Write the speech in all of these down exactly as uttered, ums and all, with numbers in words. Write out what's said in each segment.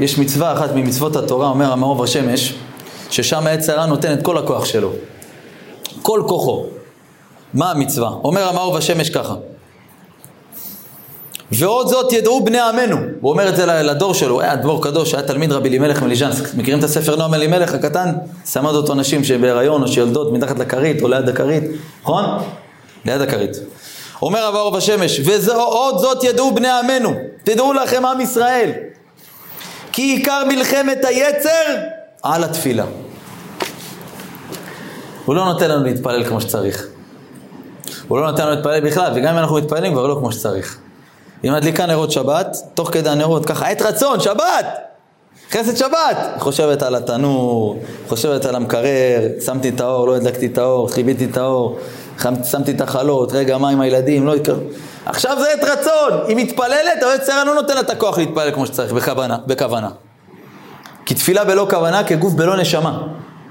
יש מצווה אחת ממצוות התורה, אומר המאור והשמש, ששם היצר הרע נותן את כל הכוח שלו. כל כוחו. מה המצווה? אומר המאור והשמש ככה. ועוד זאת ידעו בני עמנו. הוא אומר את זה לדור שלו. היה דבור קדוש, היה תלמיד רבי אלימלך מליז'נסק. מכירים את הספר נועם אלימלך הקטן? סמד אותו נשים שבהיריון או שילדות מתחת לכרית או ליד הכרית. נכון? ליד הכרית. אומר המאור והשמש, ועוד זאת ידעו בני עמנו. תדעו לכם עם ישראל. כי עיקר מלחמת היצר על התפילה. הוא לא נותן לנו להתפלל כמו שצריך. הוא לא נותן לנו להתפלל בכלל, וגם אם אנחנו מתפללים כבר לא כמו שצריך. אם מדליקה נרות שבת, תוך כדי הנרות ככה, עת רצון, שבת! חסד שבת! חושבת על התנור, חושבת על המקרר, שמתי את האור, לא הדלקתי את האור, חיביתי את האור, שמתי את החלות, רגע, מה עם הילדים, לא יקר... עכשיו זה עת רצון! היא מתפללת, אבל יצרה לא נותן לה את הכוח להתפלל כמו שצריך, בכוונה, בכוונה. כי תפילה בלא כוונה, כגוף בלא נשמה.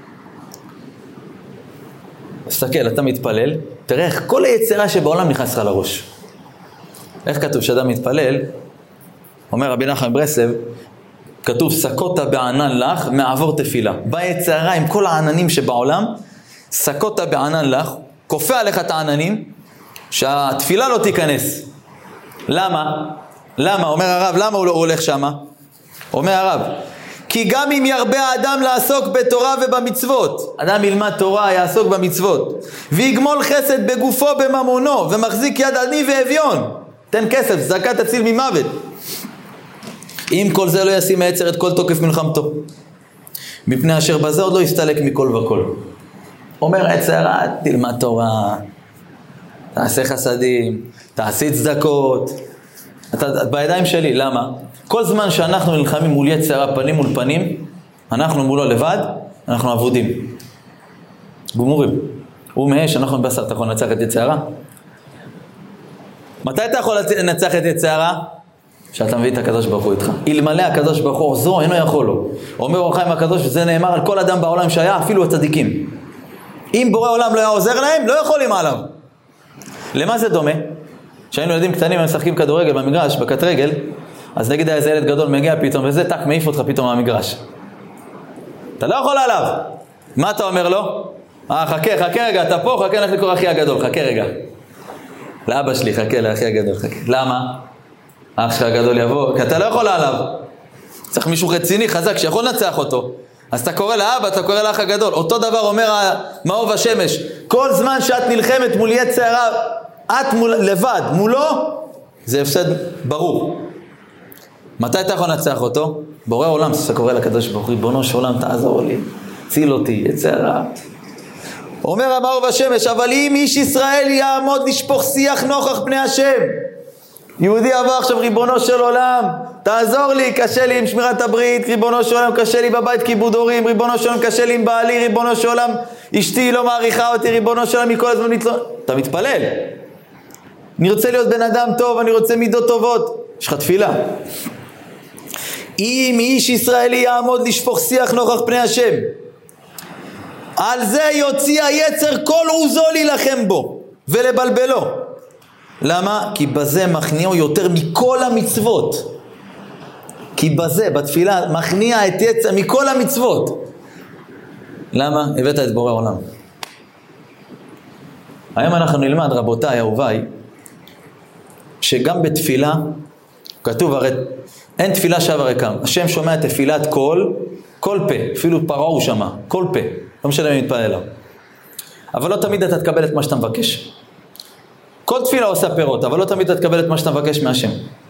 תסתכל, אתה מתפלל, תראה איך כל היצרה שבעולם נכנס לך לראש. איך כתוב שאדם מתפלל? אומר רבי נחמן מברסלב, כתוב סקות בענן לך מעבור תפילה. ביצרה עם כל העננים שבעולם, סקות בענן לך, כופה עליך את העננים, שהתפילה לא תיכנס. למה? למה? אומר הרב, למה הוא הולך שמה? אומר הרב, כי גם אם ירבה האדם לעסוק בתורה ובמצוות, אדם ילמד תורה, יעסוק במצוות, ויגמול חסד בגופו בממונו, ומחזיק יד עני ואביון, תן כסף, זכת תציל ממוות. אם כל זה לא ישים היצר את כל תוקף מלחמתו, מפני אשר בזה עוד לא יסתלק מכל וכל. אומר היצר, תלמד תורה, תעשה חסדים, תעשי צדקות, אתה, את בידיים שלי, למה? כל זמן שאנחנו נלחמים מול יצר פנים מול פנים, אנחנו מולו לבד, אנחנו עבודים. גמורים. הוא מאש, אנחנו בבשר, אתה יכול לנצח את יצר הרע? מתי אתה יכול לנצח את יצר הרע? שאתה מביא את הקדוש ברוך הוא איתך. אלמלא הקדוש ברוך הוא עוזרו, אינו יכול לו. אומר אור החיים הקדוש, וזה נאמר על כל אדם בעולם שהיה, אפילו הצדיקים. אם בורא עולם לא היה עוזר להם, לא יכולים עליו. למה זה דומה? כשהיינו ילדים קטנים, הם משחקים כדורגל במגרש, בקט רגל, אז נגיד איזה ילד גדול מגיע פתאום, וזה טק מעיף אותך פתאום מהמגרש. אתה לא יכול עליו. מה אתה אומר לו? אה, חכה, חכה רגע, אתה פה, חכה, נלך לקרוא אחי הגדול, חכה רגע. לאבא שלי, חכה לאחי הגדול, חכה. למה? אח שלך הגדול יבוא, כי אתה לא יכול עליו. צריך מישהו רציני, חזק, שיכול לנצח אותו. אז אתה קורא לאבא, אתה קורא לאח הגדול. אותו דבר אומר מאור והשמש. כל זמן שאת נלחמת מול יצר הרע, את מול, לבד, מולו, זה הפסד ברור. מתי אתה יכול לנצח אותו? בורא עולם, אתה קורא לקדוש ברוך הוא, ריבונו של עולם, תעזור לי, ציל אותי, יצר הרע. אומר המאור והשמש, אבל אם איש ישראל יעמוד לשפוך שיח נוכח פני השם, יהודי עבר עכשיו, ריבונו של עולם, תעזור לי, קשה לי עם שמירת הברית, ריבונו של עולם, קשה לי בבית כיבוד הורים, ריבונו של עולם, קשה לי עם בעלי, ריבונו של עולם, אשתי לא מעריכה אותי, ריבונו של עולם, מכל הזמן נתלון. אתה מתפלל. אני רוצה להיות בן אדם טוב, אני רוצה מידות טובות. יש לך תפילה. אם איש ישראלי יעמוד לשפוך שיח נוכח פני השם, על זה יוציא היצר כל עוזו להילחם בו ולבלבלו. למה? כי בזה מכניעו יותר מכל המצוות. כי בזה, בתפילה, מכניע את יצר מכל המצוות. למה? הבאת את בורא עולם. היום אנחנו נלמד, רבותיי, אהוביי, שגם בתפילה, כתוב הרי, אין תפילה שווה ריקם. השם שומע תפילת כל, כל פה, אפילו פרעה הוא שמע, כל פה. לא משנה אם מתפלל אליו. אבל לא תמיד אתה תקבל את מה שאתה מבקש. כל תפילה עושה פירות, אבל לא תמיד אתה תקבל את מה שאתה מבקש מהשם.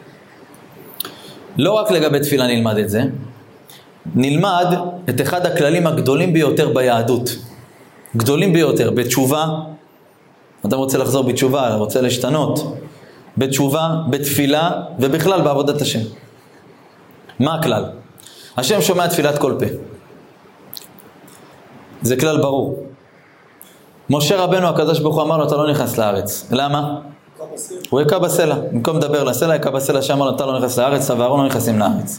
לא רק לגבי תפילה נלמד את זה, נלמד את אחד הכללים הגדולים ביותר ביהדות. גדולים ביותר, בתשובה, אדם רוצה לחזור בתשובה, רוצה להשתנות, בתשובה, בתפילה ובכלל בעבודת השם. מה הכלל? השם שומע תפילת כל פה. זה כלל ברור. משה רבנו הקדוש ברוך הוא אמר לו, אתה לא נכנס לארץ. למה? הוא יקע בסלע. במקום לדבר לסלע, יקע בסלע, שאמר לו, אתה לא נכנס לארץ, ואהרון לא נכנסים לארץ.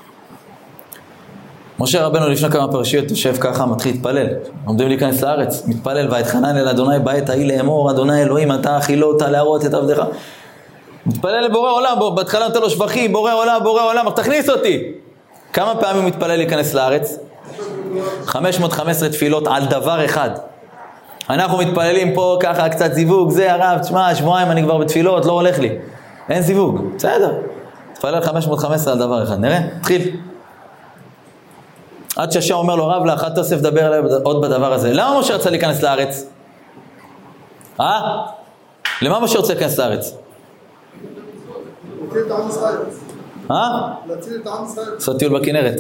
משה רבנו לפני כמה פרשיות יושב ככה, מתחיל להתפלל. עומדים להיכנס לארץ, מתפלל, והתחנן אל אדוני בעת ההיא לאמור, אדוני אלוהים, אתה אכילו אותה להראות את עבדך. מתפלל לבורא עולם, בהתחלה נותן לו שבחים, בורא עולם, בורא עולם, תכניס אותי. כמה פעמים הוא מתפלל להיכנס לארץ? חמש מאות וחמש עשרה תפילות על דבר אחד. אנחנו מתפללים פה ככה קצת זיווג, זה הרב, תשמע, שבועיים אני כבר בתפילות, לא הולך לי. אין זיווג, בסדר. תפלל חמש מאות וחמש עשרה על דבר אחד, נראה, תחיל. עד שהשם אומר לו, רב לך, תוסף דבר עליי עוד בדבר הזה. למה משה רצה להיכנס לארץ? אה? למה משה רוצה להיכנס לארץ? להציל את העם ישראל. אה? להציל את העם ישראל. לעשות טיול בכנרת.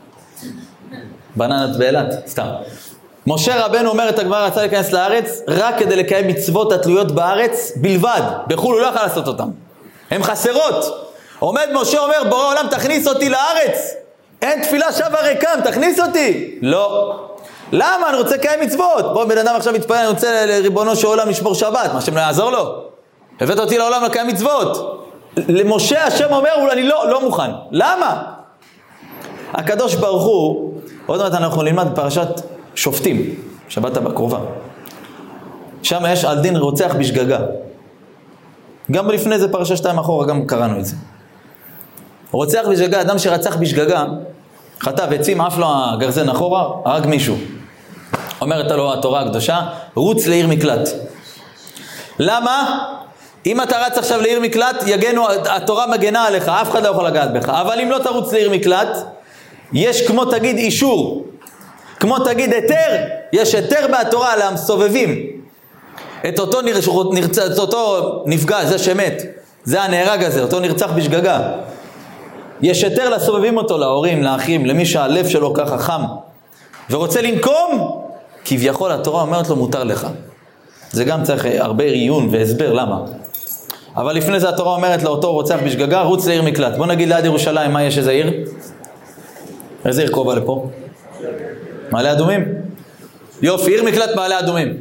בננת באילת, סתם. משה רבנו אומר את הגמרא רצה להיכנס לארץ רק כדי לקיים מצוות התלויות בארץ בלבד. בחו"ל הוא לא יכול לעשות אותם. הן חסרות. עומד משה אומר, בורא עולם תכניס אותי לארץ. אין תפילה שווה ריקם, תכניס אותי. לא. למה? אני רוצה לקיים מצוות. בוא, בן אדם עכשיו מתפלל, אני רוצה לריבונו של עולם לשמור שבת. מה שם לא יעזור לו? הבאת אותי לעולם לקיים מצוות. למשה השם אומר, אני לא, לא מוכן. למה? הקדוש ברוך הוא, עוד מעט אנחנו נלמד פרשת שופטים, שבת בקרובה. שם יש על דין רוצח בשגגה. גם לפני זה פרשה שתיים אחורה, גם קראנו את זה. רוצח בשגגה, אדם שרצח בשגגה, חטא ועצים, אף לו הגרזן אחורה, הרג מישהו. אומרת לו התורה הקדושה, רוץ לעיר מקלט. למה? אם אתה רץ עכשיו לעיר מקלט, יגנו, התורה מגנה עליך, אף אחד לא יכול לגעת בך. אבל אם לא תרוץ לעיר מקלט, יש כמו תגיד אישור, כמו תגיד היתר, יש היתר בתורה למסובבים. את אותו, נרצ... את אותו נפגע, זה שמת, זה הנהרג הזה, אותו נרצח בשגגה. יש היתר לסובבים אותו, להורים, לאחים, למי שהלב שלו ככה חם, ורוצה לנקום, כביכול התורה אומרת לו מותר לך. זה גם צריך הרבה עיון והסבר למה. אבל לפני זה התורה אומרת לאותו רוצח בשגגה, רוץ לעיר מקלט. בוא נגיד ליד ירושלים, מה יש איזה עיר? איזה עיר קרובה לפה? מעלה אדומים? יופי, עיר מקלט מעלה אדומים.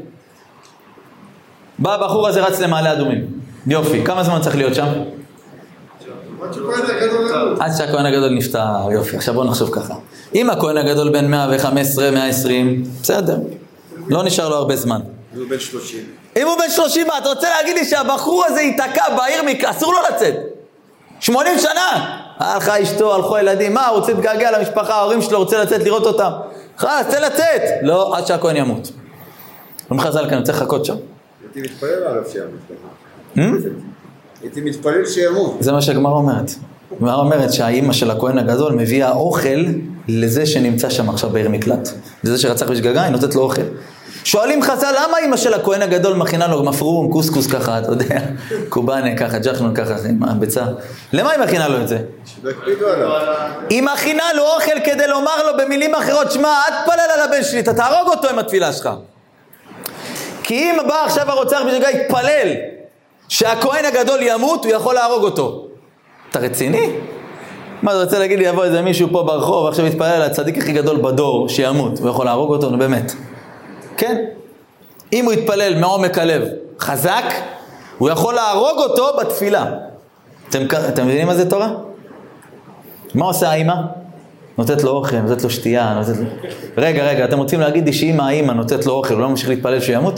בא הבחור הזה רץ למעלה אדומים. יופי, כמה זמן צריך להיות שם? עד שהכהן הגדול נפטר. יופי, עכשיו בוא נחשוב ככה. אם הכהן הגדול בין מאה וחמש עשרה מאה ועשרים, בסדר, לא נשאר לו הרבה זמן. אם הוא בן שלושים. אם הוא בן שלושים, אתה רוצה להגיד לי שהבחור הזה ייתקע בעיר מקלט, אסור לו לצאת. שמונים שנה. הלכה אשתו, הלכו ילדים, מה, הוא רוצה להתגעגע למשפחה, ההורים שלו רוצה לצאת לראות אותם. חס, רוצה לצאת. לא, עד שהכהן ימות. לא מחזל כאן, צריך לחכות שם. הייתי מתפלל עליו שימות. הייתי מתפלל שימות. זה מה שהגמרא אומרת. הגמרא אומרת שהאימא של הכהן הגדול מביאה אוכל לזה שנמצא שם עכשיו בעיר מקלט. לזה שרצח בשגגה, היא נותנת לו אוכל. שואלים חז"ל, למה אמא של הכהן הגדול מכינה לו מפרום, קוסקוס ככה, אתה יודע, קובאנה ככה, ג'חנון ככה, עם הביצה. למה היא מכינה לו את זה? שלא הקפידו עליו. היא מכינה לו אוכל כדי לומר לו במילים אחרות, שמע, אל תפלל על הבן שלי, אתה תהרוג אותו עם התפילה שלך. כי אם בא עכשיו הרוצח בשגגה יתפלל שהכהן הגדול ימות, הוא יכול להרוג אותו. אתה רציני? מה, אתה רוצה להגיד לי, יבוא איזה מישהו פה ברחוב, עכשיו יתפלל על הצדיק הכי גדול בדור, שימות, הוא יכול להרוג אותו, באמת. כן? אם הוא יתפלל מעומק הלב חזק, הוא יכול להרוג אותו בתפילה. אתם, אתם מבינים מה זה תורה? מה עושה האמא? נותנת לו אוכל, נותנת לו שתייה, נותנת לו... רגע, רגע, אתם רוצים להגיד לי שאמא האמא נותנת לו אוכל, הוא לא ממשיך להתפלל שימות?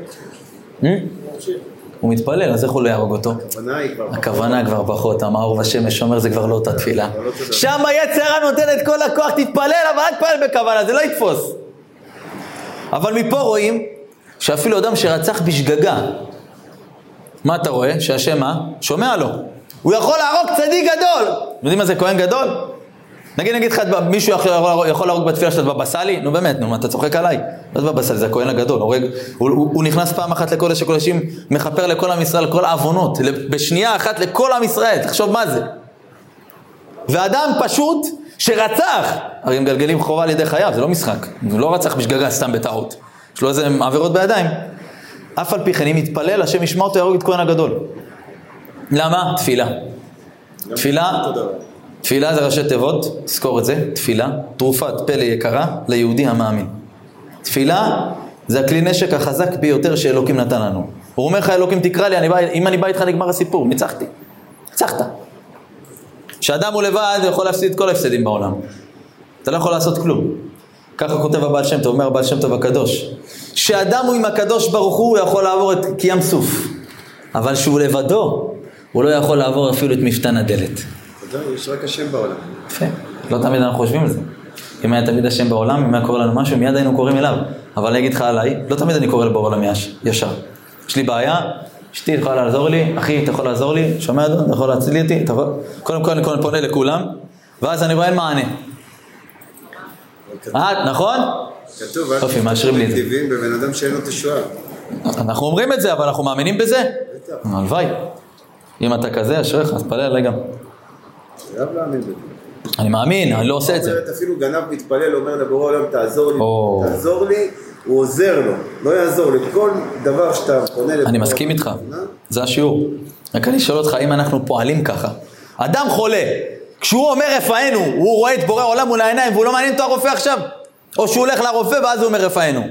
הוא מתפלל, אז איך הוא לא יהרוג אותו? הכוונה כבר פחות, המאור והשמש אומר, זה כבר לא אותה תפילה. שם היצרה נותן את כל הכוח, תתפלל, אבל אל תתפלל בכוונה, זה לא יתפוס. אבל מפה רואים שאפילו אדם שרצח בשגגה, מה אתה רואה? שהשם מה? שומע לו. הוא יכול להרוג צדיק גדול. יודעים מה זה כהן גדול? נגיד נגיד לך, מישהו יכול, יכול להרוג בתפילה של בבא סאלי? נו באמת, נו, אתה צוחק עליי? לא בבא סאלי, זה הכהן הגדול. הוא, הוא, הוא, הוא נכנס פעם אחת לקודש הקודשים, מחפר לכל עם ישראל, לכל העוונות, בשנייה אחת לכל עם ישראל, תחשוב מה זה. ואדם פשוט שרצח, הרי הם גלגלים חובה על ידי חייו, זה לא משחק. הוא לא רצח בשגגה סתם בטעות. יש לו איזה עבירות בידיים. אף על פי כן, אם יתפלל, השם ישמע אותו, יהרוג את כהן הגדול. למה? תפילה. תפילה, תפילה זה ראשי תיבות, תזכור את זה, תפילה, תרופת פלא יקרה ליהודי המאמין. תפילה זה הכלי נשק החזק ביותר שאלוקים נתן לנו. הוא אומר לך, אלוקים תקרא לי, אני בא, אם אני בא איתך נגמר הסיפור, ניצחתי. ניצחת. שאדם הוא לבד יכול להפסיד את כל ההפסדים בעולם. אתה לא יכול לעשות כלום. ככה כותב הבעל שם טוב, אומר הבעל שם טוב הקדוש. שאדם הוא עם הקדוש ברוך הוא, הוא יכול לעבור את קים סוף. אבל שהוא לבדו, הוא לא יכול לעבור אפילו את מפתן הדלת. יש רק השם בעולם. יפה. לא תמיד אנחנו חושבים על זה. אם היה תמיד השם בעולם, אם היה קורא לנו משהו, מיד היינו קוראים אליו. אבל אני אגיד לך עליי, לא תמיד אני קורא לבורא עולם ישר. יש לי בעיה, אשתי יכולה לעזור לי, אחי אתה יכול לעזור לי, שומע אדון, אתה יכול להציל אותי, אתה יכול... קודם כל אני פונה לכולם, ואז אני רואה אין מענה. אה, נכון? כתוב, טוב, מאשרים לי את זה. טבעים בבן אדם שאין לו תשועה. אנחנו אומרים את זה, אבל אנחנו מאמינים בזה? הלוואי. אם אתה כזה, אשריך, אז תפלל עליי גם. חייב להאמין בזה. אני מאמין, אני לא עושה את זה. אפילו גנב מתפלל, אומר לבורא עולם, תעזור לי, תעזור לי, הוא עוזר לו, לא יעזור לי. כל דבר שאתה פונה לבורא... אני מסכים איתך, זה השיעור. רק אני שואל אותך, אם אנחנו פועלים ככה, אדם חולה, כשהוא אומר רפאנו, הוא רואה את בורא עולם מול העיניים, והוא לא מעניין אותו הרופא עכשיו, או שהוא הולך לרופא ואז הוא אומר רפאנו.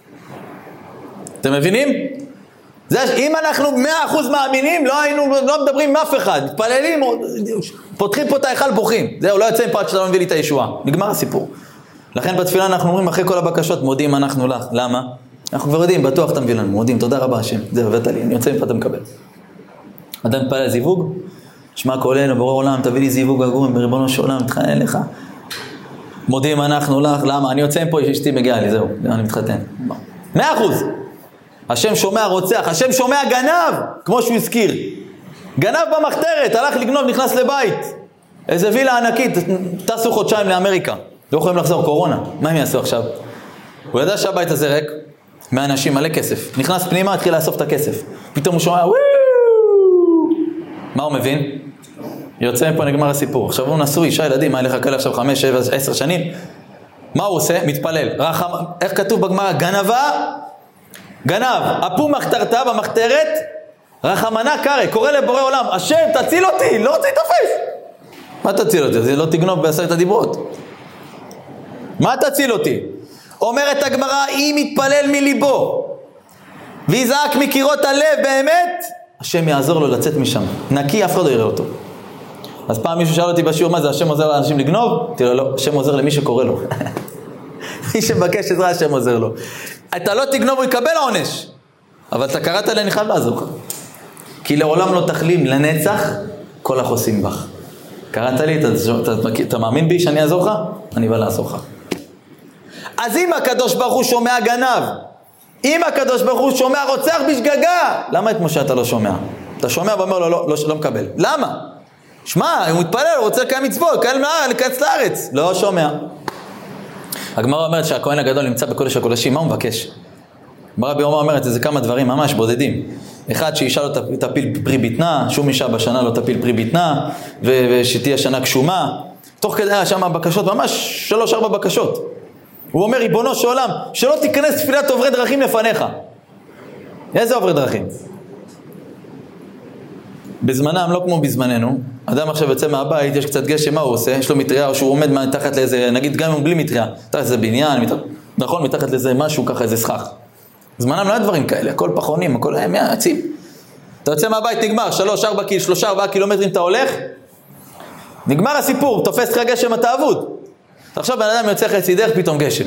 אתם מבינים? זה, אם אנחנו מאה אחוז מאמינים, לא היינו, לא מדברים עם אף אחד, מתפללים, פותחים פה את ההיכל בוכים. זהו, לא יוצא עם פרט שאתה לא מביא לי את הישועה. נגמר הסיפור. לכן בתפילה אנחנו אומרים, אחרי כל הבקשות, מודים אנחנו לך. למה? אנחנו כבר יודעים, בטוח אתה מביא לנו, מודים, תודה רבה השם. זהו, הבאת לי, אני יוצא עם פה, אתה מקבל. אדם מתפלל זיווג, שמע קולנו, בורא עולם, תביא לי זיווג הגון, בריבונו של עולם, מתחנן לך. מודים אנחנו לך, למה? אני יוצא עם פה, אשתי מגיעה לי, זהו, אני מתחתן. מאה אחוז. השם שומע רוצח, השם שומע גנב, כמו שהוא הזכיר. גנב במחתרת, הלך לגנוב, נכנס לבית. איזה וילה ענקית, טסו חודשיים לאמריקה. לא יכולים לחזור, קורונה. מה הם יעשו עכשיו? הוא ידע שהבית הזה ריק, מהאנשים מלא כסף. נכנס פנימה, התחיל לאסוף את הכסף. פתאום הוא שומע, וואו! מה הוא מבין? יוצא מפה, נגמר הסיפור. עכשיו הוא נשוי, אישה ילדים, היה לך כאלה עכשיו חמש, שבע, עשר שנים. מה הוא עושה? מתפלל. רחם, איך כתוב בגמרא? גנבה? גנב, אפו מחתרתה במחתרת, רחמנה קרא, קורא לבורא עולם, השם תציל אותי, לא רוצה להתאפס. מה תציל אותי? זה לא תגנוב בעשרת הדיברות. מה תציל אותי? אומרת הגמרא, אם יתפלל מליבו, ויזעק מקירות הלב באמת, השם יעזור לו לצאת משם. נקי, אף אחד לא יראה אותו. אז פעם מישהו שאל אותי בשיעור, מה זה, השם עוזר לאנשים לגנוב? תראה לו, השם עוזר למי שקורא לו. מי שבקש עזרה, השם עוזר לו. אתה לא תגנוב, הוא יקבל עונש. אבל אתה קראת לי, אני חייב לעזור לך. כי לעולם לא תחלים לנצח כל החוסים בך. קראת לי, אתה, אתה, אתה, אתה מאמין בי שאני אעזור לך? אני בא לעזור לך. אז אם הקדוש ברוך הוא שומע גנב, אם הקדוש ברוך הוא שומע רוצח בשגגה, למה את משה אתה לא שומע? אתה שומע ואומר לו, לא, לא, לא מקבל. למה? שמע, הוא מתפלל, הוא רוצה לקיים מצוות, לקיים לארץ. לא שומע. הגמרא אומרת שהכהן הגדול נמצא בקודש הקודשים, מה הוא מבקש? ברבי עומר אומרת, זה כמה דברים ממש בודדים. אחד, שאישה לא תפיל פרי ביטנה, שום אישה בשנה לא תפיל פרי ביטנה, ושתהיה שנה קשומה. תוך כדי היה שם בקשות, ממש שלוש ארבע בקשות. הוא אומר, ריבונו של עולם, שלא תיכנס תפילת עוברי דרכים לפניך. איזה עוברי דרכים? בזמנם, לא כמו בזמננו, אדם עכשיו יוצא מהבית, יש קצת גשם, מה הוא עושה? יש לו מטריה, או שהוא עומד מתחת לאיזה, נגיד גם אם בלי מטריה, מתחת לאיזה בניין, מתחת, נכון, מתחת לאיזה משהו ככה, איזה סכך. זמנם לא היה דברים כאלה, הכל פחונים, הכל היה מעצים. אתה יוצא מהבית, נגמר, שלוש, ארבע, שלושה, ארבעה קילומטרים אתה הולך, נגמר הסיפור, תופס לך גשם, אתה אבוד. עכשיו בן אדם יוצא חצי דרך, פתאום גשם.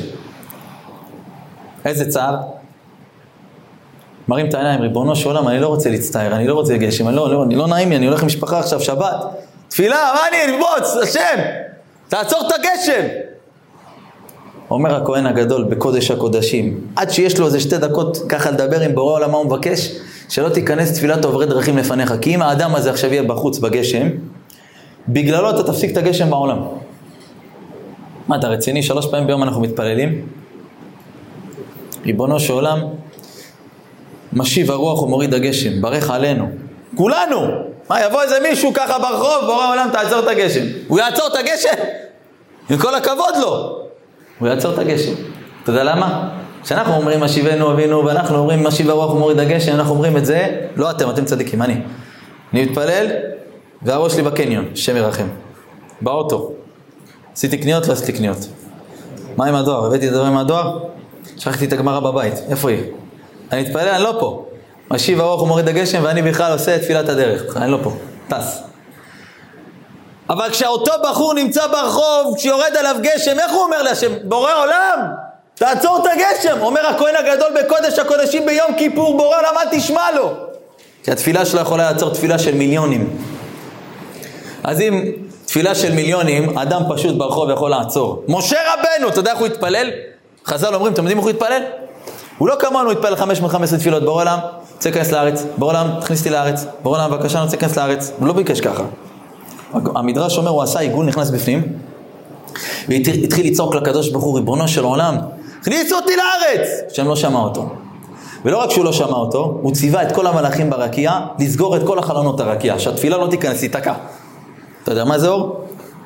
איזה צער? מרים את העיניים, ריבונו של עולם, אני לא רוצה להצטער, אני לא רוצה גשם, אני לא, לא, אני לא נעים לי, אני הולך עם משפחה עכשיו, שבת, תפילה, מה אני, נבוץ, השם, תעצור את הגשם. אומר הכהן הגדול בקודש הקודשים, עד שיש לו איזה שתי דקות ככה לדבר עם בורא עולם, מה הוא מבקש? שלא תיכנס תפילת עוברי דרכים לפניך, כי אם האדם הזה עכשיו יהיה בחוץ בגשם, בגללו אתה תפסיק את הגשם בעולם. מה, אתה רציני? שלוש פעמים ביום אנחנו מתפללים? ריבונו של עולם, משיב הרוח ומוריד הגשם, ברך עלינו. כולנו! מה, יבוא איזה מישהו ככה ברחוב, בורא עולם, תעצור את הגשם. הוא יעצור את הגשם? עם כל הכבוד לו. הוא יעצור את הגשם. אתה יודע למה? כשאנחנו אומרים משיבנו אבינו, ואנחנו אומרים משיב הרוח ומוריד הגשם, אנחנו אומרים את זה, לא אתם, אתם צדיקים, אני. אני מתפלל, והראש שלי בקניון, שם ירחם. באוטו. עשיתי קניות ועשיתי קניות. מה עם הדואר? הבאתי את הדבר עם הדואר? שכחתי את הגמרא בבית. איפה היא? אני מתפלל, אני לא פה. משיב הרוח ומוריד הגשם, ואני בכלל עושה את תפילת הדרך. אני לא פה. טס. אבל כשאותו בחור נמצא ברחוב, כשיורד עליו גשם, איך הוא אומר להשם? בורא עולם, תעצור את הגשם. אומר הכהן הגדול בקודש הקודשים ביום כיפור, בורא עולם, אל תשמע לו. כי התפילה שלו יכולה לעצור תפילה של מיליונים. אז אם תפילה של מיליונים, אדם פשוט ברחוב יכול לעצור. משה רבנו, אתה יודע איך הוא התפלל? חז"ל אומרים, אתם יודעים איך הוא התפלל? הוא לא כמונו, הוא התפלל חמש מאות וחמש עשרה תפילות, בורא עולם, רוצה להיכנס לארץ, בורא עולם, תכניס אותי לארץ, בורא עולם, בבקשה, אני רוצה להיכנס לארץ. הוא לא ביקש ככה. המדרש אומר, הוא עשה עיגול, נכנס בפנים, והתחיל לצעוק לקדוש ברוך הוא, ריבונו של עולם, הכניס אותי לארץ! שם לא שמע אותו. ולא רק שהוא לא שמע אותו, הוא ציווה את כל המלאכים ברקיע, לסגור את כל החלונות הרקיע, שהתפילה לא תיכנס, היא תקע. אתה יודע מה זה אור?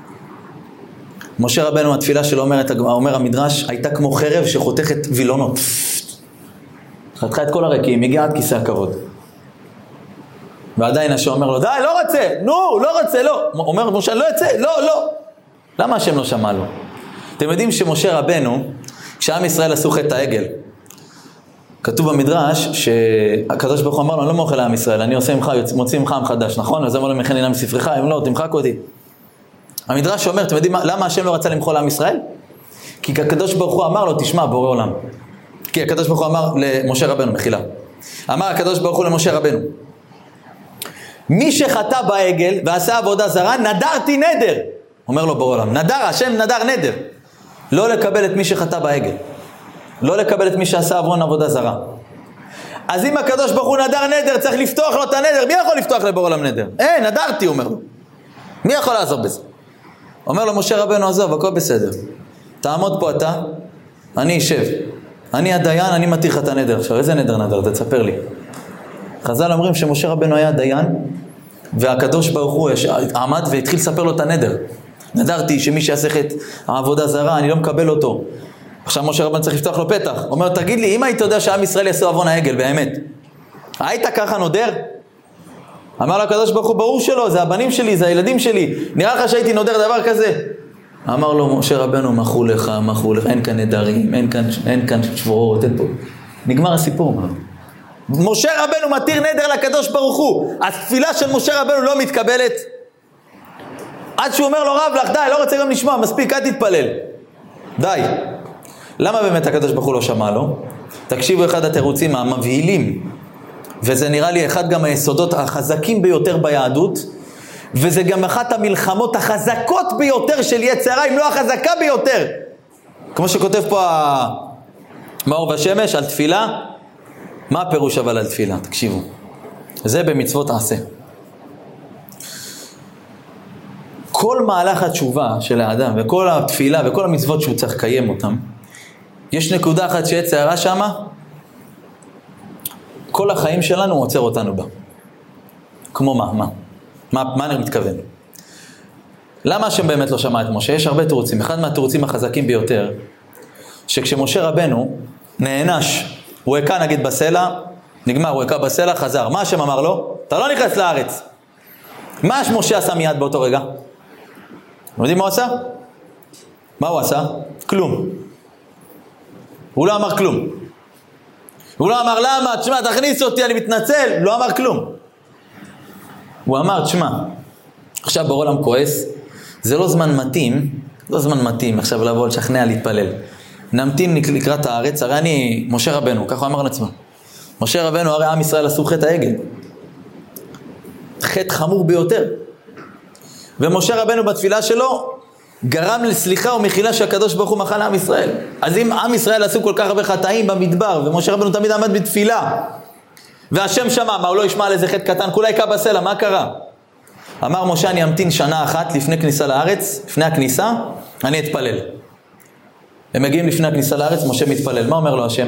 משה רבנו, התפילה שלו אומרת, אומר המדרש, הייתה כמו חרב שחותכת וילונות. חתכה את כל הרקיעים, הגיעה עד כיסא הכבוד. ועדיין השם אומר לו, די, לא רוצה, נו, לא רוצה, לא. אומר משה, לא יצא, לא, לא. למה השם לא שמע לו? אתם יודעים שמשה רבנו, כשעם ישראל עשו חטא העגל, כתוב במדרש שהקדוש ברוך הוא אמר לו, אני לא מוכל לעם ישראל, אני עושה ממך, מוציא ממך עם חדש, נכון? אז אמר לו, מכן אינם מספרך, אם לא, תמחק אותי. המדרש אומר, אתם יודעים למה השם לא רצה למחול לעם ישראל? כי הקדוש ברוך הוא אמר לו, תשמע, בורא עולם. כי הקדוש ברוך הוא אמר למשה רבנו, מחילה. אמר הקדוש ברוך הוא למשה רבנו, מי שחטא בעגל ועשה עבודה זרה, נדרתי נדר. אומר לו בורא עולם, נדר, השם נדר נדר. לא לקבל את מי שחטא בעגל. לא לקבל את מי שעשה עוון עבודה זרה. אז אם הקדוש ברוך הוא נדר נדר, צריך לפתוח לו את הנדר. מי יכול לפתוח לבורא עולם נדר? אה, נדרתי, אומר לו. מי יכול לעזור בזה? אומר לו משה רבנו, עזוב, הכל בסדר. תעמוד פה אתה, אני אשב. אני הדיין, אני מתיר לך את הנדר. עכשיו, איזה נדר נדר? תספר לי. חז"ל אומרים שמשה רבנו היה דיין, והקדוש ברוך הוא עמד והתחיל לספר לו את הנדר. נדרתי שמי שיעשה את העבודה זרה, אני לא מקבל אותו. עכשיו משה רבנו צריך לפתוח לו פתח. אומר, תגיד לי, אם היית יודע שעם ישראל יעשו עוון העגל, באמת, היית ככה נודר? אמר לו הקדוש ברוך הוא, ברור שלא, זה הבנים שלי, זה הילדים שלי. נראה לך שהייתי נודר דבר כזה? אמר לו משה רבנו, מחו לך, מחו לך, אין כאן נדרים, אין כאן, אין כאן שבועות, אין פה. נגמר הסיפור. משה רבנו מתיר נדר לקדוש ברוך הוא. התפילה של משה רבנו לא מתקבלת. עד שהוא אומר לו, רב לך, די, לא רוצה גם לשמוע, מספיק, אל תתפלל. די. למה באמת הקדוש ברוך הוא לא שמע לו? תקשיבו, אחד התירוצים המבהילים, וזה נראה לי אחד גם היסודות החזקים ביותר ביהדות, וזה גם אחת המלחמות החזקות ביותר של יצרה, אם לא החזקה ביותר. כמו שכותב פה מאור בשמש על תפילה, מה הפירוש אבל על תפילה? תקשיבו. זה במצוות עשה. כל מהלך התשובה של האדם, וכל התפילה, וכל המצוות שהוא צריך לקיים אותם, יש נקודה אחת שיצרה שמה, כל החיים שלנו הוא עוצר אותנו בה. כמו מה? מה? מה, מה אני מתכוון? למה השם באמת לא שמע את משה? יש הרבה תירוצים. אחד מהתירוצים החזקים ביותר, שכשמשה רבנו נענש, הוא הקע נגיד בסלע, נגמר, הוא הקע בסלע, חזר. מה השם אמר לו? אתה לא נכנס לארץ. מה משה עשה מיד באותו רגע? אתם יודעים מה הוא עשה? מה הוא עשה? כלום. הוא לא אמר כלום. הוא לא אמר למה, תשמע, תכניס אותי, אני מתנצל. לא אמר כלום. הוא אמר, תשמע, עכשיו בעולם כועס, זה לא זמן מתאים, לא זמן מתאים, עכשיו לבוא לשכנע להתפלל. נמתין לקראת הארץ, הרי אני, משה רבנו, ככה הוא אמר לעצמו. משה רבנו, הרי עם ישראל עשו חטא העגל. חטא חמור ביותר. ומשה רבנו בתפילה שלו, גרם לסליחה ומחילה שהקדוש ברוך הוא מחל לעם ישראל. אז אם עם ישראל עשו כל כך הרבה חטאים במדבר, ומשה רבנו תמיד עמד בתפילה, והשם שמע, מה הוא לא ישמע על איזה חטא קטן, כולי קע בסלע, מה קרה? אמר משה, אני אמתין שנה אחת לפני כניסה לארץ, לפני הכניסה, אני אתפלל. הם מגיעים לפני הכניסה לארץ, משה מתפלל. מה אומר לו השם?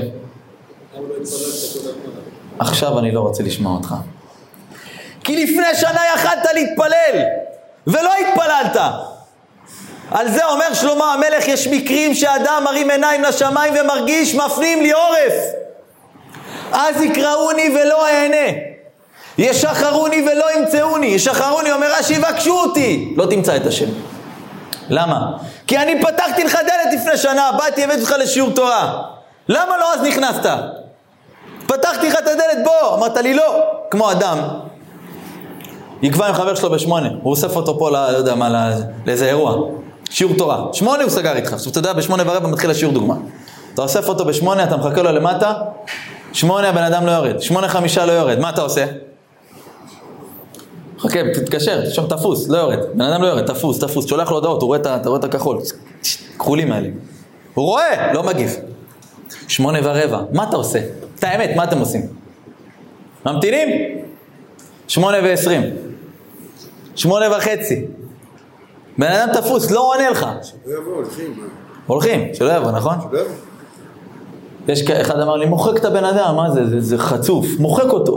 עכשיו אני לא רוצה לשמוע אותך. כי לפני שנה יכלת להתפלל, ולא התפללת. על זה אומר שלמה המלך, יש מקרים שאדם מרים עיניים לשמיים ומרגיש, מפנים לי עורף. אז יקראוני ולא אענה. ישחרוני ולא ימצאוני. ישחרוני, אומר רש"י, יבקשו אותי. לא תמצא את השם. למה? כי אני פתחתי לך דלת לפני שנה, באתי הבאתי אותך לשיעור תורה. למה לא אז נכנסת? פתחתי לך את הדלת, בוא. אמרת לי לא. כמו אדם. יקבע עם חבר שלו בשמונה. הוא אוסף אותו פה, לא יודע מה, לאיזה אירוע. שיעור תורה. שמונה הוא סגר איתך. עכשיו אתה יודע, בשמונה ורבע מתחיל השיעור דוגמה. אתה אוסף אותו בשמונה, אתה מחכה לו למטה. שמונה הבן אדם לא יורד. שמונה חמישה לא יורד. מה אתה עושה? חכה, תתקשר, שם תפוס, לא יורד. בן אדם לא יורד, תפוס, תפוס, שולח לו הודעות, הוא רואה את, אתה רואה את הכחול. כחולים האלה. הוא רואה, לא מגיב. שמונה ורבע, מה אתה עושה? את האמת, מה אתם עושים? ממתינים? שמונה ועשרים. שמונה וחצי. בן אדם תפוס, לא עונה לך. שלא יבוא, הולכים. הולכים, שלא יבוא, נכון? שלא יבוא. יש אחד אמר לי, מוחק את הבן אדם, מה זה? זה, זה חצוף, מוחק אותו.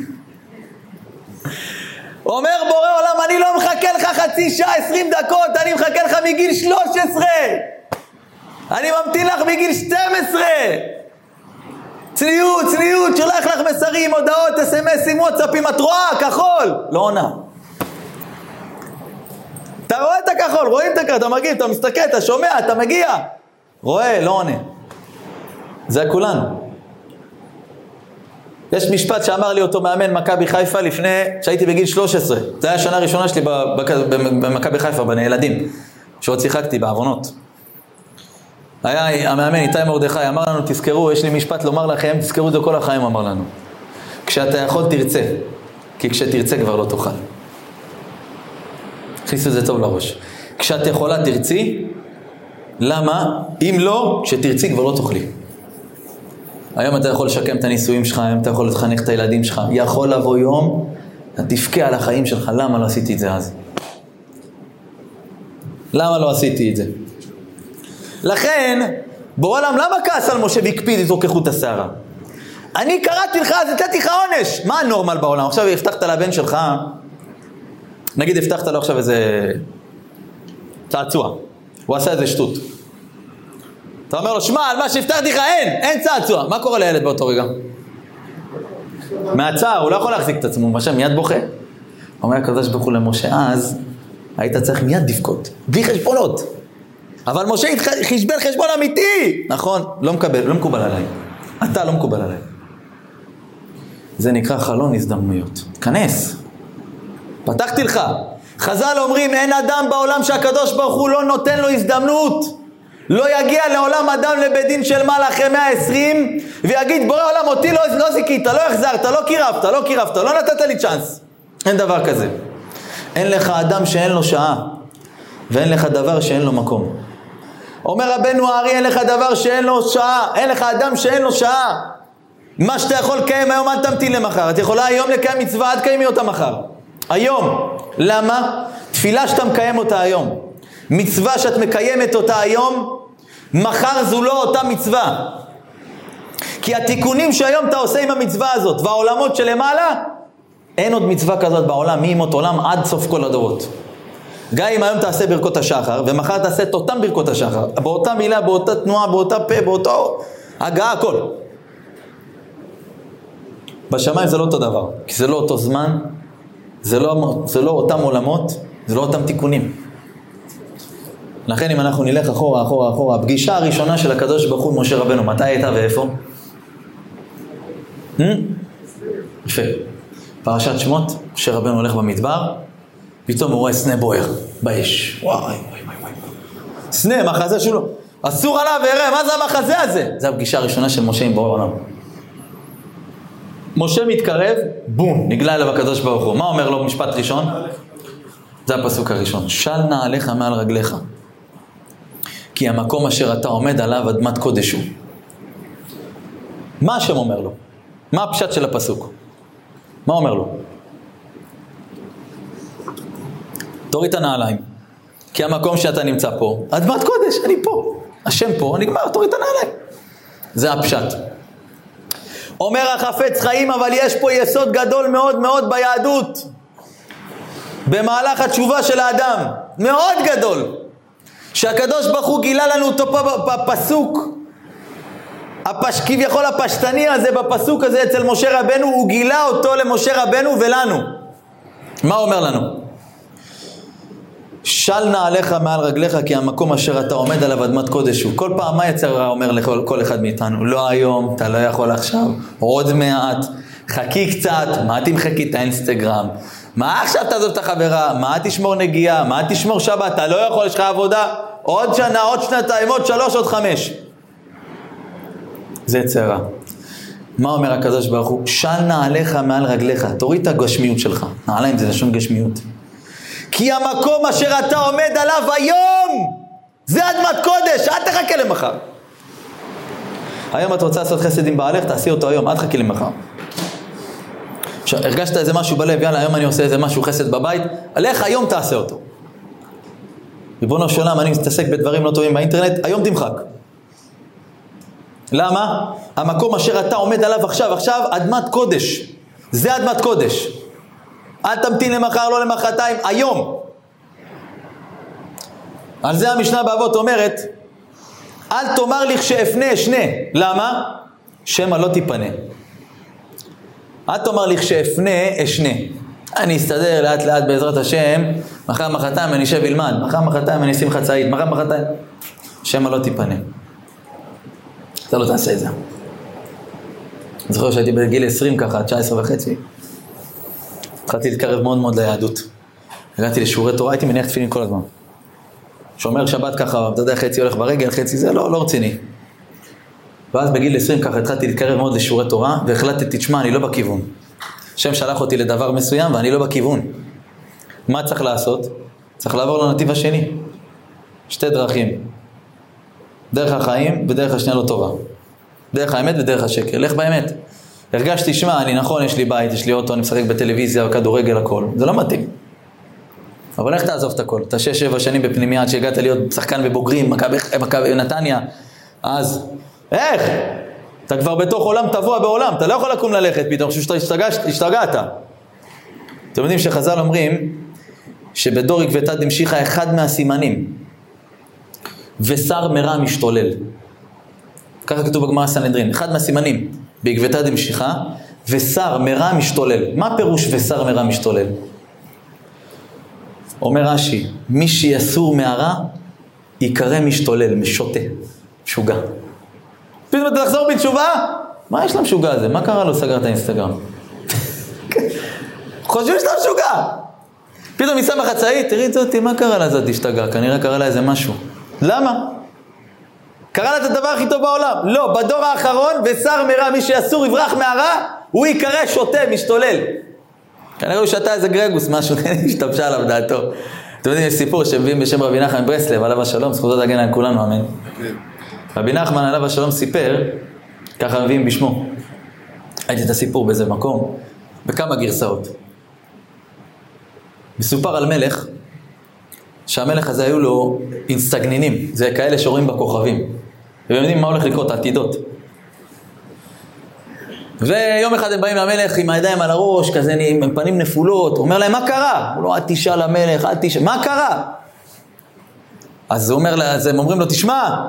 אומר בורא עולם, אני לא מחכה לך חצי שעה, עשרים דקות, אני מחכה לך מגיל שלוש עשרה. אני ממתין לך מגיל שתים עשרה. צניעות, צניעות, שולח לך מסרים, הודעות, אס-אם-אסים, וואטסאפים, את רואה, כחול. לא עונה. אתה רואה את הכחול, רואים את הכחול, אתה מגיב, אתה מסתכל, אתה שומע, אתה מגיע. רואה, לא עונה. זה כולנו. יש משפט שאמר לי אותו מאמן מכבי חיפה לפני שהייתי בגיל שלוש עשרה. זה היה השנה הראשונה שלי במכבי חיפה, בני ילדים, שעוד שיחקתי בעוונות. היה המאמן איתי מרדכי, אמר לנו, תזכרו, יש לי משפט לומר לכם, תזכרו את זה כל החיים, אמר לנו. כשאתה יכול תרצה, כי כשתרצה כבר לא תוכל. הכניסו את זה טוב לראש. כשאת יכולה תרצי, למה? אם לא, כשתרצי כבר לא תוכלי. היום אתה יכול לשקם את הניסויים שלך, היום אתה יכול לחנך את הילדים שלך. יכול לבוא יום, אתה תפקע על החיים שלך. למה לא עשיתי את זה אז? למה לא עשיתי את זה? לכן, בעולם, למה כעס על משה והקפיד איתו כחוט השערה? אני קראתי לך, אז נתתי לך עונש. מה הנורמל בעולם? עכשיו הבטחת לבן שלך, נגיד הבטחת לו עכשיו איזה צעצוע. הוא עשה איזה שטות. אתה אומר לו, שמע, על מה שהבטחתי לך אין, אין צעצוע. מה קורה לילד באותו רגע? מהצער, הוא לא יכול להחזיק את עצמו, משה מיד בוכה. אומר הקדוש ברוך הוא למשה, אז היית צריך מיד לבכות, בלי חשבונות. אבל משה חשבן חשבון אמיתי. נכון, לא מקבל, לא מקובל עליי. אתה לא מקובל עליי. זה נקרא חלון הזדמנויות. כנס. פתחתי לך. חז"ל אומרים, אין אדם בעולם שהקדוש ברוך הוא לא נותן לו הזדמנות. לא יגיע לעולם אדם לבית דין של מעלה אחרי מאה ועשרים, ויגיד, בורא עולם, אותי לא, לא זיקית, לא החזרת, לא קירבת, לא קירבת, לא נתת לי צ'אנס. אין דבר כזה. אין לך אדם שאין לו שעה, ואין לך דבר שאין לו מקום. אומר רבנו הארי, אין לך דבר שאין לו שעה, אין לך אדם שאין לו שעה. מה שאתה יכול לקיים היום, אל תמתין למחר. את יכולה היום לקיים מצווה, אל תקיימי אותה מחר. היום. למה? תפילה שאתה מקיים אותה היום. מצווה שאת מקיימת אותה היום, מחר זו לא אותה מצווה. כי התיקונים שהיום אתה עושה עם המצווה הזאת, והעולמות שלמעלה, אין עוד מצווה כזאת בעולם, מימות עולם עד סוף כל הדורות. גם אם היום תעשה ברכות השחר, ומחר תעשה את אותם ברכות השחר, באותה מילה, באותה תנועה, באותה פה, באותו הגעה, הכל. בשמיים זה לא אותו דבר, כי זה לא אותו זמן, זה לא, זה לא אותם עולמות, זה לא אותם תיקונים. לכן אם אנחנו נלך אחורה, אחורה, אחורה, הפגישה הראשונה של הקדוש ברוך הוא משה רבנו, מתי הייתה ואיפה? יפה. פרשת שמות, משה רבנו הולך במדבר, פתאום הוא רואה סנה בוער באש. וואי, וואי, וואי, וואי. סנה, מחזה שלו. אסור עליו ויראה, מה זה המחזה הזה? זה הפגישה הראשונה של משה עם בורא עולם. משה מתקרב, בום, נגלה אליו הקדוש ברוך הוא. מה אומר לו משפט ראשון? זה הפסוק הראשון. של נעליך מעל רגליך. כי המקום אשר אתה עומד עליו אדמת קודש הוא. מה השם אומר לו? מה הפשט של הפסוק? מה אומר לו? תוריד את הנעליים. כי המקום שאתה נמצא פה, אדמת קודש, אני פה. השם פה, נגמר, תוריד את הנעליים. זה הפשט. אומר החפץ חיים, אבל יש פה יסוד גדול מאוד מאוד ביהדות. במהלך התשובה של האדם. מאוד גדול. שהקדוש ברוך הוא גילה לנו אותו פה בפסוק. הפש, כביכול הפשטני הזה בפסוק הזה אצל משה רבנו, הוא גילה אותו למשה רבנו ולנו. מה אומר לנו? של נעליך מעל רגליך כי המקום אשר אתה עומד עליו אדמת קודש הוא. כל פעם מה יצר אומר לכל כל אחד מאיתנו? לא היום, אתה לא יכול עכשיו, עוד מעט, חכי קצת, מה תמחקי את האינסטגרם? מה עכשיו תעזוב את החברה? מה תשמור נגיעה? מה תשמור שבת? אתה לא יכול, יש לך עבודה? עוד שנה, עוד שנתיים, עוד שלוש, עוד חמש. זה צרה. מה אומר הקדוש ברוך הוא? של נעליך מעל רגליך, תוריד את הגשמיות שלך. נעליים זה לשון גשמיות. כי המקום אשר אתה עומד עליו היום, זה אדמת קודש, אל תחכה למחר. היום את רוצה לעשות חסד עם בעלך, תעשי אותו היום, אל תחכה למחר. הרגשת איזה משהו בלב, יאללה, היום אני עושה איזה משהו חסד בבית, עליך היום תעשה אותו. ריבונו של עולם, אני מתעסק בדברים לא טובים באינטרנט, היום תמחק. למה? המקום אשר אתה עומד עליו עכשיו, עכשיו אדמת קודש. זה אדמת קודש. אל תמתין למחר, לא למחרתיים, היום. על זה המשנה באבות אומרת, אל תאמר לי כשאפנה אשנה. למה? שמא לא תיפנה. אל תאמר לי כשאפנה אשנה. אני אסתדר לאט לאט בעזרת השם, מחר מחרתיים אני אשב ילמד, מחר מחרתיים אני אשים חצאית, מחר מחרתיים. שמא לא תיפנה. אתה לא תעשה את זה. אני זוכר שהייתי בגיל עשרים ככה, תשע עשרה וחצי. התחלתי להתקרב מאוד מאוד ליהדות. הגעתי לשיעורי תורה, הייתי מניח תפילין כל הזמן. שומר שבת ככה, אתה יודע, חצי הולך ברגל, חצי זה לא, לא רציני. ואז בגיל עשרים ככה התחלתי להתקרב מאוד לשיעורי תורה, והחלטתי, תשמע, אני לא בכיוון. השם שלח אותי לדבר מסוים, ואני לא בכיוון. מה צריך לעשות? צריך לעבור לנתיב השני. שתי דרכים. דרך החיים ודרך השנייה לא טובה. דרך האמת ודרך השקר. לך באמת. הרגשתי, שמע, אני נכון, יש לי בית, יש לי אוטו, אני משחק בטלוויזיה, כדורגל, הכל. זה לא מתאים. אבל איך תעזוב את הכל? אתה שש, שבע שנים בפנימיה, עד שהגעת להיות שחקן בבוגרים, מכבי נתניה. אז, איך? אתה כבר בתוך עולם תבוע בעולם, אתה לא יכול לקום ללכת פתאום, חושב שאתה השתגעת. אתם יודעים שחז"ל אומרים, שבדור עקבתא דמשיחא אחד מהסימנים, ושר מרע משתולל. ככה כתוב בגמרא סנהדרין, אחד מהסימנים, בעקבתא דמשיחא, ושר מרע משתולל. מה פירוש ושר מרע משתולל? אומר רש"י, מי שיסור מהרע, יקרא משתולל, משוטה, משוגע. פתאום אתה תחזור בתשובה? מה יש למשוגע הזה? מה קרה לו? סגר את האינסטגרם. חושבים שאתה משוגע. פתאום היא שמה חצאית, תראי את אותי, מה קרה לה זאת השתגע? כנראה קרה לה איזה משהו. למה? קרה לה את הדבר הכי טוב בעולם. לא, בדור האחרון, ושר מרע, מי שיסור יברח מהרע, הוא יקרא שוטה, משתולל. כנראה הוא שתה איזה גרגוס, משהו, השתבשה עליו דעתו. אתם יודעים, יש סיפור שמביאים בשם רבי נחמן מברסלב, עליו השלום, זכותו תגן על כולנו, אמן. רבי נחמן עליו השלום סיפר, ככה מביאים בשמו. הייתי את הסיפור באיזה מקום, בכמה גרסאות. מסופר על מלך, שהמלך הזה היו לו אינסטגנינים, זה כאלה שרואים בכוכבים. והם יודעים מה הולך לקרות, העתידות. ויום אחד הם באים למלך עם הידיים על הראש, כזה עם פנים נפולות, הוא אומר להם, מה קרה? הוא לא, אל תשאל למלך, אל תשאל, מה קרה? אז הוא אומר, אז הם אומרים לו, תשמע,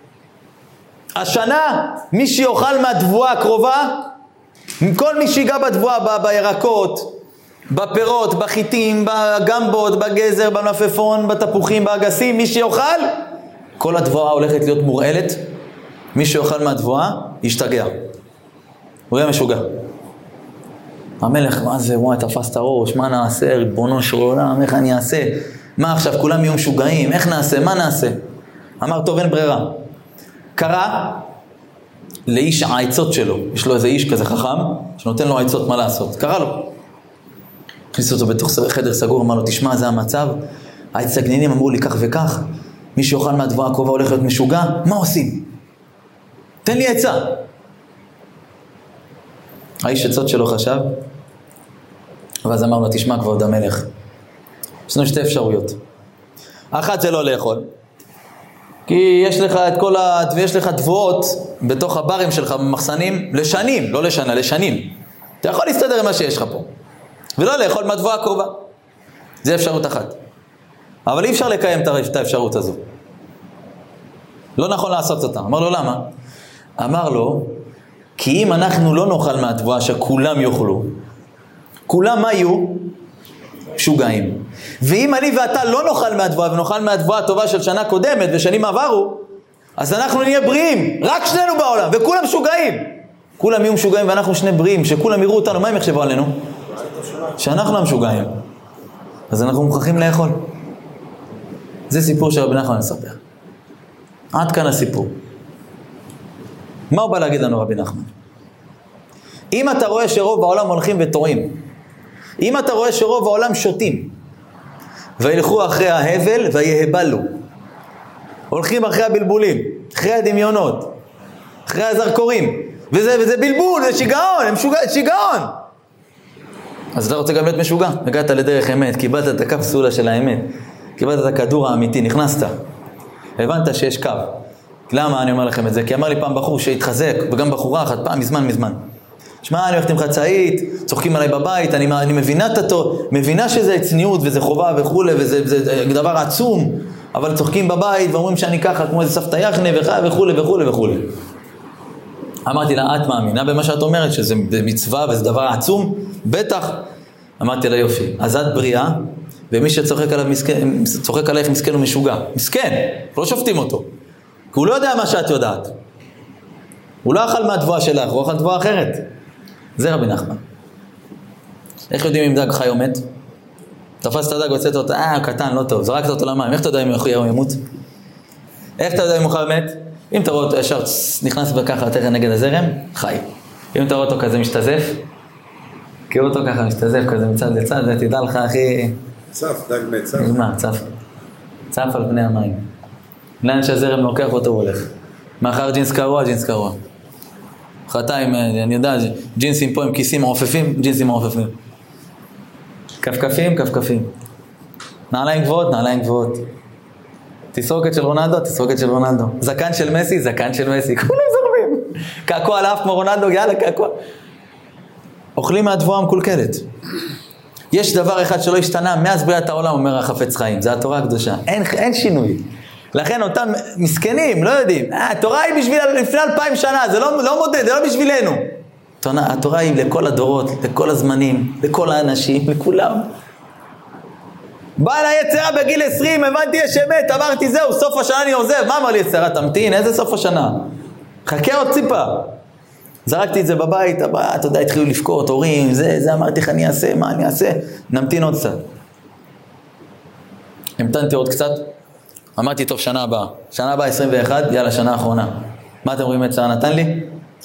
השנה, מי שיאכל מהתבואה הקרובה, כל מי שיגע בתבואה, בירקות, בפירות, בחיטים, בגמבות, בגזר, במלפפון, בתפוחים, באגסים, מי שיאכל, כל התבואה הולכת להיות מורעלת, מי שיאכל מהתבואה, ישתגע. הוא יהיה משוגע. המלך, מה זה? וואי, תפס את הראש, מה נעשה? ריבונו של עולם, איך אני אעשה? מה עכשיו? כולם יהיו משוגעים, איך נעשה? מה נעשה? אמר, טוב, אין ברירה. קרא לאיש העצות שלו, יש לו איזה איש כזה חכם, שנותן לו העצות מה לעשות. קרא לו. הכניס אותו בתוך חדר סגור, אמר לו, תשמע, זה המצב, ההצגנינים אמרו לי כך וכך, מי שיוכל מהתבואה הקרובה הולך להיות משוגע, מה עושים? תן לי עצה. האיש עצות שלו חשב, ואז אמר לו, תשמע כבוד המלך, יש לנו שתי אפשרויות. אחת זה לא לאכול, כי יש לך את כל ה... ויש לך תבואות בתוך הברים שלך במחסנים לשנים, לא לשנה, לשנים. אתה יכול להסתדר עם מה שיש לך פה. ולא לאכול מהתבואה הקרובה. זה אפשרות אחת. אבל אי אפשר לקיים את האפשרות הזו. לא נכון לעשות אותה. אמר לו, למה? אמר לו, כי אם אנחנו לא נאכל מהתבואה שכולם יאכלו, כולם מה יהיו? משוגעים. ואם אני ואתה לא נאכל מהתבואה, ונאכל מהתבואה הטובה של שנה קודמת ושנים עברו, אז אנחנו נהיה בריאים, רק שנינו בעולם, וכולם משוגעים. כולם יהיו משוגעים ואנחנו שני בריאים, שכולם יראו אותנו, מה הם יחשבו עלינו? שאנחנו המשוגעים. אז אנחנו מוכרחים לאכול. זה סיפור שרבי נחמן מספר. עד כאן הסיפור. מה הוא בא להגיד לנו רבי נחמן? אם אתה רואה שרוב העולם הולכים וטועים, אם אתה רואה שרוב העולם שותים, וילכו אחרי ההבל ויהבלו, הולכים אחרי הבלבולים, אחרי הדמיונות, אחרי הזרקורים, וזה, וזה בלבול, זה שיגעון, הם שוגע, שיגעון. אז אתה רוצה גם להיות משוגע, הגעת לדרך אמת, קיבלת את הקפסולה של האמת, קיבלת את הכדור האמיתי, נכנסת, הבנת שיש קו. למה אני אומר לכם את זה? כי אמר לי פעם בחור שהתחזק, וגם בחורה אחת פעם מזמן מזמן. שמע, אני הולכת עם חצאית, צוחקים עליי בבית, אני, אני מבינה את אותו, מבינה שזה צניעות וזה חובה וכו' וזה זה, דבר עצום, אבל צוחקים בבית ואומרים שאני ככה כמו איזה סבתא יחנה וכו' וכו' וכו'. אמרתי לה, את מאמינה במה שאת אומרת, שזה מצווה וזה דבר עצום? בטח. אמרתי לה, יופי, אז את בריאה, ומי שצוחק עליו מסכן, צוחק עלייך מסכן הוא משוגע. מסכן, לא שופטים אותו. כי הוא לא יודע מה שאת יודעת. הוא לא אכל מהתבואה שלך, הוא אכל תבואה אחרת. זה רבי נחמן. איך יודעים אם דג חי או מת? תפס את הדג והוצאת אותו, אה, קטן, לא טוב, זרקת אותו למים. איך אתה יודע אם הוא ימות? איך אתה יודע אם הוא חי או מת? אם אתה רואה אותו ישר נכנס בככה יותר נגד הזרם, חי. אם אתה רואה אותו כזה משתזף, קראו אותו ככה משתזף, כזה מצד לצד, זה תדע לך, אחי... צף, דג מת, צף. מה, צף. צף על פני המים. לאן שהזרם לוקח אותו הוא הולך. מאחר ג'ינס קרוע, ג'ינס קרוע. חטאים, אני יודע, ג'ינסים פה עם כיסים מעופפים, ג'ינסים מעופפים. כפכפים, כפכפים. נעליים גבוהות, נעליים גבוהות. תסרוקת של רונלדו, תסרוקת של רונלדו. זקן של מסי, זקן של מסי. כולם זורמים. קעקוע על האף כמו רונלדו, יאללה, קעקוע. אוכלים מהתבואה המקולקלת. יש דבר אחד שלא השתנה, מאז בריאת העולם אומר החפץ חיים, זה התורה הקדושה. אין, אין שינוי. לכן אותם מסכנים, לא יודעים. אה, התורה היא בשביל לפני אלפיים שנה, זה לא, לא מודד, זה לא בשבילנו. התורה היא לכל הדורות, לכל הזמנים, לכל האנשים, לכולם. בא אליי יצרה בגיל עשרים, הבנתי יש אמת, אמרתי זהו, סוף השנה אני עוזב. מה אמר לי יצרה? תמתין, איזה סוף השנה? חכה עוד ציפה. זרקתי את זה בבית, הבא, אתה יודע, התחילו לפקוט, הורים, זה, זה אמרתי לך, אני אעשה, מה אני אעשה? נמתין עוד קצת. המתנתי עוד קצת, אמרתי, טוב, שנה הבאה. שנה הבאה עשרים ואחת, יאללה, שנה האחרונה. מה אתם רואים את שנה נתן לי?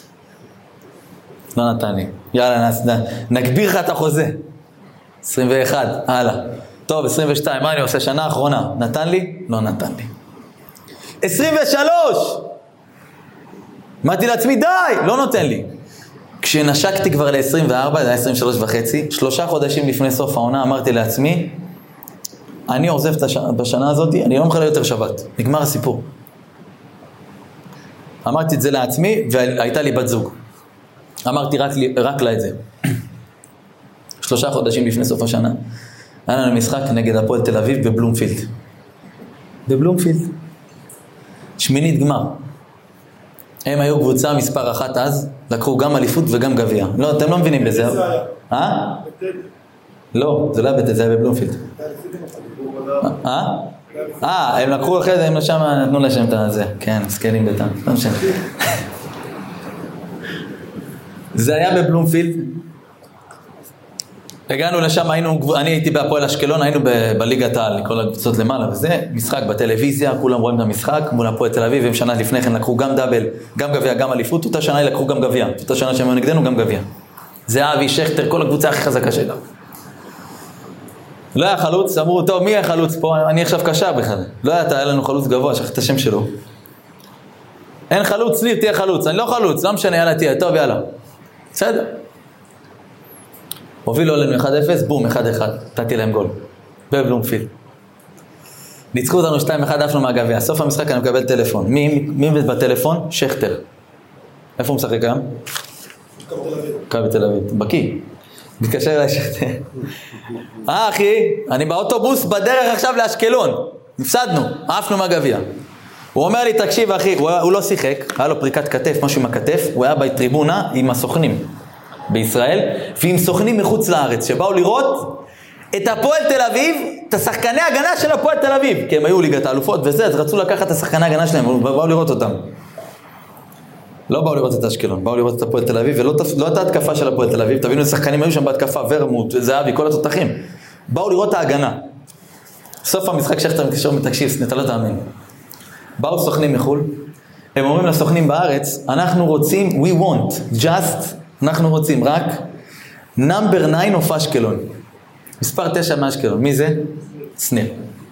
לא נתן לי. יאללה, נגביר לך את החוזה. עשרים ואחת, הלאה. טוב, עשרים ושתיים, מה אני עושה? שנה האחרונה. נתן לי? לא נתן לי. עשרים ושלוש! אמרתי לעצמי, די! לא נותן לי. כשנשקתי כבר ל-עשרים וארבע, זה היה עשרים ושלוש וחצי, שלושה חודשים לפני סוף העונה, אמרתי לעצמי, אני עוזב את השנה, בשנה הזאת, אני לא מחלל יותר שבת. נגמר הסיפור. אמרתי את זה לעצמי, והייתה לי בת זוג. אמרתי רק, רק לה את זה. שלושה חודשים לפני סוף השנה, היה לנו משחק נגד הפועל תל אביב בבלומפילד. בבלומפילד. שמינית גמר. הם היו קבוצה מספר אחת אז, לקחו גם אליפות וגם גביע. לא, אתם לא מבינים בזה. אה? לא, זה לא היה בטד, זה היה בבלומפילד. אה? אה, הם לקחו אחרי זה, הם לשם נתנו לשם את זה. כן, סקלים ביתם. לא משנה. זה היה בבלומפילד. הגענו לשם, היינו, אני הייתי בהפועל אשקלון, היינו בליגת העל, כל הקבוצות למעלה, וזה משחק בטלוויזיה, כולם רואים את המשחק, מול הפועל תל אביב, והם שנה לפני כן לקחו גם דאבל, גם גביע, גם אליפות, אותה שנה לקחו גם גביע, אותה שנה שהם נגדנו גם גביע. זה אבי, שכתר, כל הקבוצה הכי חזקה שלנו. לא היה חלוץ, אמרו, טוב, מי היה חלוץ פה? אני עכשיו קשר בכלל. לא היה, היה לנו חלוץ גבוה, שכח את השם שלו. אין חלוץ, לי, תהיה חלוץ, אני לא חלוץ, לא משנה, יאללה, תהיה, טוב, יאללה. בסדר. הובילו עלינו אחד אפס, בום, אחד אחד. נתתי להם גול. בבלומפילד. ניצחו אותנו שתיים אחד, עפנו מהגביע. סוף המשחק אני מקבל טלפון. מי, מי בטלפון? שכתר. איפה הוא משחק היום? מכבי תל אביב. בקי. מתקשר אליי שכתר. אה, אחי, אני באוטובוס בדרך עכשיו לאשקלון. נפסדנו, עפנו מהגביע. הוא אומר לי, תקשיב אחי, הוא, הוא לא שיחק, היה לו פריקת כתף, משהו עם הכתף, הוא היה בטריבונה עם הסוכנים. בישראל, ועם סוכנים מחוץ לארץ, שבאו לראות את הפועל תל אביב, את השחקני הגנה של הפועל תל אביב, כי הם היו ליגת האלופות וזה, אז רצו לקחת את השחקני הגנה שלהם, באו לראות אותם. לא באו לראות את אשקלון, באו לראות את הפועל תל אביב, ולא לא את ההתקפה של הפועל תל אביב, תבינו, השחקנים היו שם בהתקפה, ורמוט, זהבי, כל התותחים. באו לראות את ההגנה. סוף המשחק שכתר מתקשר מתקשיב, אתה לא תאמין. באו סוכנים מחול, הם אומרים לסוכנים בארץ, אנחנו רוצים, we want, just אנחנו רוצים רק נאמבר ניין of אשקלון. מספר תשע מאשקלון. מי זה? שניר.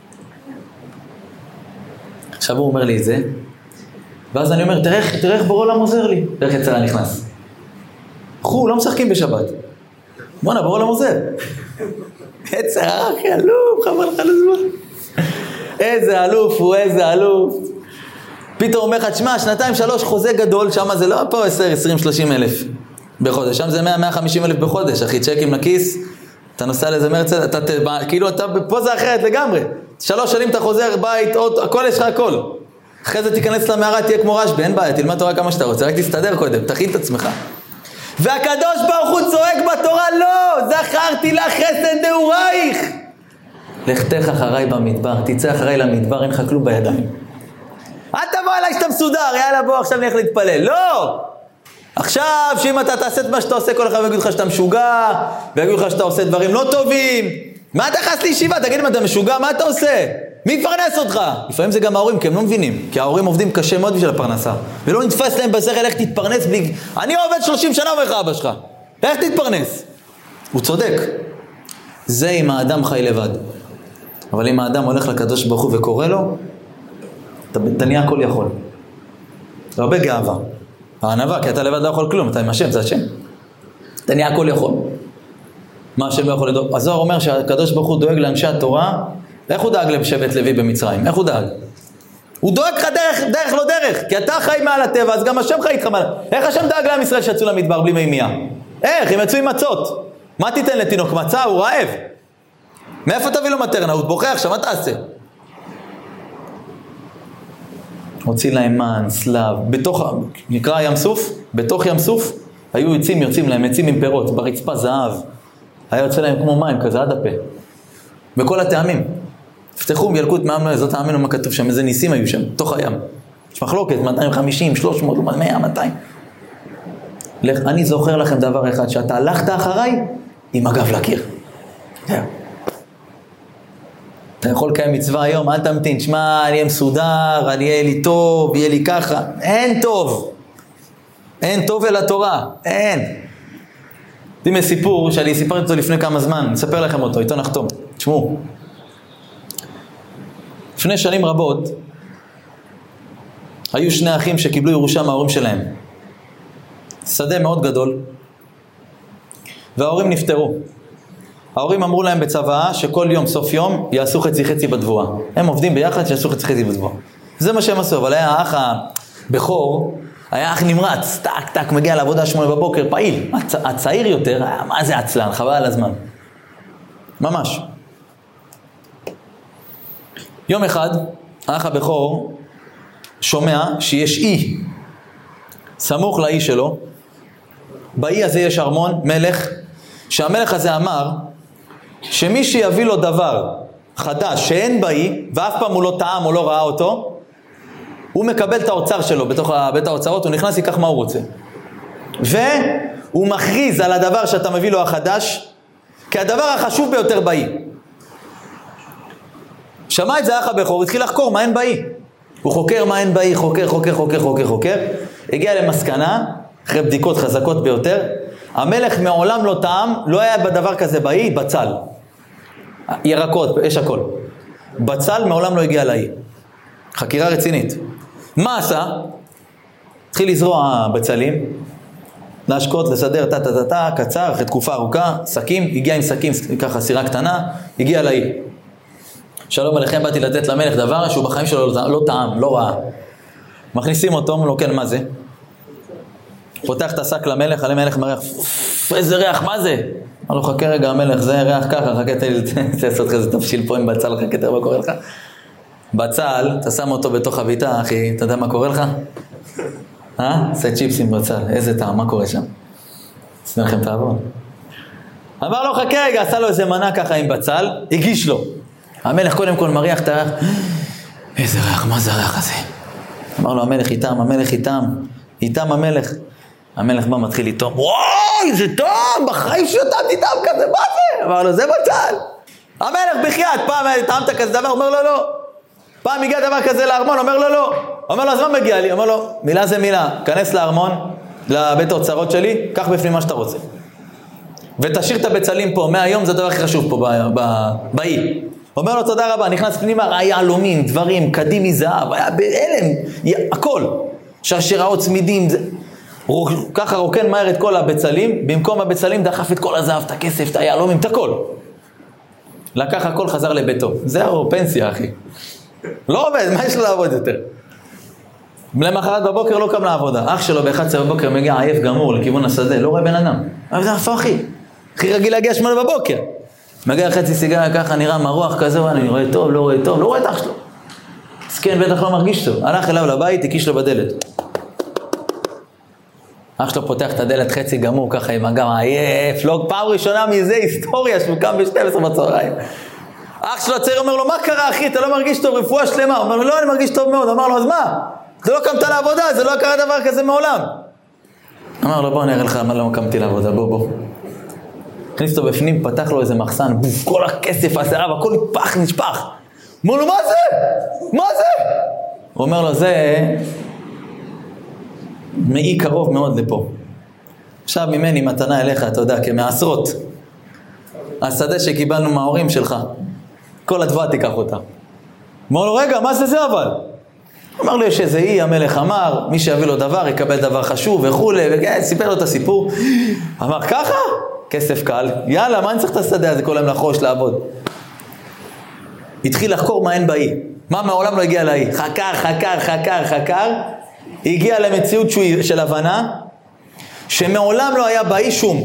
עכשיו הוא אומר לי את זה, ואז אני אומר, תראה, תראה איך בור עולם עוזר לי. תראה איך יצרה נכנס. חו, לא משחקים בשבת. בוא'נה, בור עולם עוזר. יצרה, אחי, אלוף, חבל לך לזמן. איזה אלוף הוא, איזה אלוף. פתאום אומר לך, תשמע, שנתיים שלוש חוזה גדול, שם זה לא פה עשר, עשרים, שלושים אלף בחודש, שם זה מאה, מאה וחמישים אלף בחודש, אחי, צ'קים לכיס, אתה נוסע לאיזה מרצד, אתה, כאילו, אתה, פה זה אחרת לגמרי. שלוש שנים אתה חוזר, בית, אוטו, הכל יש לך הכל. אחרי זה תיכנס למערה, תהיה כמו רשב"י, אין בעיה, תלמד תורה כמה שאתה רוצה, רק תסתדר קודם, תכין את עצמך. והקדוש ברוך הוא צועק בתורה, לא, זכרתי לך חסד נעורייך. לכתך אחריי במדבר, תצא אחריי למדבר, אין לך כלום בידיים. אל תבוא אליי שאתה מסודר, יאללה בוא, עכשיו נלך להתפלל. לא! עכשיו, שאם אתה תעשה את מה שאתה עושה, כל אחד יגיד לך שאתה משוגע, ויגיד לך שאתה עושה דברים לא טובים. מה אתה חס לישיבה? תגיד אם אתה משוגע, מה אתה עושה? מי יפרנס אותך? לפעמים זה גם ההורים, כי הם לא מבינים. כי ההורים עובדים קשה מאוד בשביל הפרנסה. ולא נתפס להם בשכל, איך תתפרנס בלי... אני עובד שלושים שנה ואיך אבא שלך. איך תתפרנס? הוא צודק. זה אם האדם חי לבד. אבל אם האדם הולך לקדוש ברוך הוא וקורא לו, אתה, אתה נהיה הכל יכול. זה הרבה גאווה. הענווה, כי אתה לבד לא יכול כלום, אתה עם השם, זה השם. אתה נהיה הכל יכול. מה השם לא יכול לדאוג? הזוהר אומר שהקדוש ברוך הוא דואג לאנשי התורה, איך הוא דאג לשבט לוי במצרים? איך הוא דאג? הוא דואג לך דרך, דרך לא דרך, כי אתה חי מעל הטבע, אז גם השם חי איתך מעל. איך השם דאג לעם ישראל שיצאו למדבר בלי מימייה? איך? הם יצאו עם מצות. מה תיתן לתינוק? מצה? הוא רעב. מאיפה תביא לו מטרנה? הוא בוכה עכשיו, מה תעשה? הוציא להם מן, סלב, בתוך, נקרא ים סוף, בתוך ים סוף, היו יוצאים, יוצאים להם, יוצאים עם פירות, ברצפה זהב, היה יוצא להם כמו מים, כזה עד הפה, בכל הטעמים, פתחו מילקוט מעם, זאת האמינו מה כתוב שם, איזה ניסים היו שם, תוך הים, יש מחלוקת, מאתיים וחמישים, שלוש מאות, מאה, מאתיים, אני זוכר לכם דבר אחד, שאתה הלכת אחריי, עם הגב לקיר, אתה יכול לקיים מצווה היום, אל תמתין, שמע, אני אהיה מסודר, אני אהיה לי טוב, יהיה לי ככה. אין טוב. אין טוב אל התורה. אין. תראי סיפור שאני סיפרתי אותו לפני כמה זמן, אני אספר לכם אותו, איתו נחתום. תשמעו. לפני שנים רבות, היו שני אחים שקיבלו ירושה מההורים שלהם. שדה מאוד גדול. וההורים נפטרו. ההורים אמרו להם בצבא שכל יום, סוף יום, יעשו חצי חצי בדבורה. הם עובדים ביחד שיעשו חצי חצי בדבורה. זה מה שהם עשו, אבל היה האח הבכור, היה אח נמרץ, טק טק, מגיע לעבודה שמונה בבוקר, פעיל. הצ... הצעיר יותר, היה, מה זה עצלן, חבל על הזמן. ממש. יום אחד, האח הבכור שומע שיש אי, סמוך לאי שלו, באי הזה יש ארמון, מלך, שהמלך הזה אמר, שמי שיביא לו דבר חדש שאין באי, ואף פעם הוא לא טעם או לא ראה אותו, הוא מקבל את האוצר שלו בתוך בית האוצרות, הוא נכנס, ייקח מה הוא רוצה. והוא מכריז על הדבר שאתה מביא לו החדש, כהדבר החשוב ביותר באי. שמע את זה האח הבכור, התחיל לחקור מה אין באי. הוא חוקר מה אין באי, חוקר, חוקר, חוקר, חוקר, חוקר. הגיע למסקנה, אחרי בדיקות חזקות ביותר, המלך מעולם לא טעם, לא היה בדבר כזה באי, בצל. ירקות, יש הכל. בצל מעולם לא הגיע לאי. חקירה רצינית. מה עשה? התחיל לזרוע בצלים, להשקות, לסדר, טה טה טה טה, קצר, אחרי תקופה ארוכה, סכים, הגיע עם סכים, ככה סירה קטנה, הגיע לאי. שלום עליכם, באתי לתת למלך דבר שהוא בחיים שלו לא טעם, לא ראה. מכניסים אותו, אומרים לו, כן, מה זה? פותח את השק למלך, עלי מלך מריח, איזה ריח, מה זה? אמר לו, חכה רגע המלך, זה ריח ככה, חכה, תעשה לעשות לך איזה תבשיל פה עם בצל, חכה, תראה מה קורה לך. בצל, אתה שם אותו בתוך הביתה, אחי, אתה יודע מה קורה לך? אה? עושה צ'יפסים בצל, איזה טעם, מה קורה שם? עשינו לכם תעבוד. אמר לו, חכה רגע, עשה לו איזה מנה ככה עם בצל, הגיש לו. המלך קודם כל מריח את הריח, איזה ריח, מה זה הריח הזה? אמר לו, המלך איתם, המלך איתם, איתם המלך. המלך בא מתחיל איתו, וואי, זה טוב, בחיים שיותם איתם כזה, מה זה? אמר לו, זה בצל. המלך בחייאת, פעם טעמת כזה דבר, אומר לו, לא. פעם הגיע דבר כזה לארמון, אומר לו, לא. אומר לו, אז מה מגיע לי? אומר לו, מילה זה מילה, כנס לארמון, לבית האוצרות שלי, קח בפנים מה שאתה רוצה. ותשאיר את הבצלים פה, מהיום זה הדבר הכי חשוב פה באי. אומר לו תודה רבה, נכנס פנימה, היה יהלומים, דברים, קדים מזהב, היה בהלם, הכל. שרשראות צמידים, זה... ככה רוקן מהר את כל הבצלים, במקום הבצלים דחף את כל הזהב, את הכסף, את היהלומים, את הכל. לקח הכל, חזר לביתו. זהו, פנסיה אחי. לא עובד, מה יש לו לעבוד יותר? למחרת בבוקר לא קם לעבודה. אח שלו ב-אחת עשרה בבוקר מגיע עייף גמור לכיוון השדה, לא רואה בן אדם. אבל זה איפה אחי? הכי רגיל להגיע שמונה בבוקר. מגיע חצי סיגריה ככה, נראה מרוח כזה, אני רואה טוב, לא רואה טוב, לא רואה את אח שלו. סכן, בטח לא מרגיש טוב. הלך אליו לבית, הקיש לו בדלת. אח שלו פותח את הדלת חצי גמור ככה עם אגם עייף, לא פעם ראשונה מזה היסטוריה שהוא קם ב-שתים עשרה בצהריים. אח שלו הצעיר אומר לו, מה קרה אחי? אתה לא מרגיש טוב, רפואה שלמה. הוא אומר לו, לא, אני מרגיש טוב מאוד. אמר לו, אז מה? זה לא קמת לעבודה, זה לא קרה דבר כזה מעולם. אמר לו, בוא נראה לך מה לא קמתי לעבודה, בוא בוא. הכניס אותו בפנים, פתח לו איזה מחסן, בוף, כל הכסף, הזהב, הכל נפח, נשפח. אמר לו, מה זה? מה זה? הוא אומר לו, זה מאי קרוב מאוד לפה. עכשיו ממני מתנה אליך, אתה יודע, כמעשרות. השדה שקיבלנו מההורים שלך, כל הדבעה תיקח אותה. אמר לו, רגע, מה זה זה אבל? אמר לו, יש איזה אי, המלך אמר, מי שיביא לו דבר, יקבל דבר חשוב וכו', וסיפר לו את הסיפור. אמר, ככה? כסף קל, יאללה, מה אני צריך את השדה הזה כל היום לחוש, לעבוד? התחיל לחקור מה אין באי. מה מעולם לא הגיע לאי? חקר, חקר, חקר, חקר. הגיע למציאות של הבנה, שמעולם לא היה באי שום.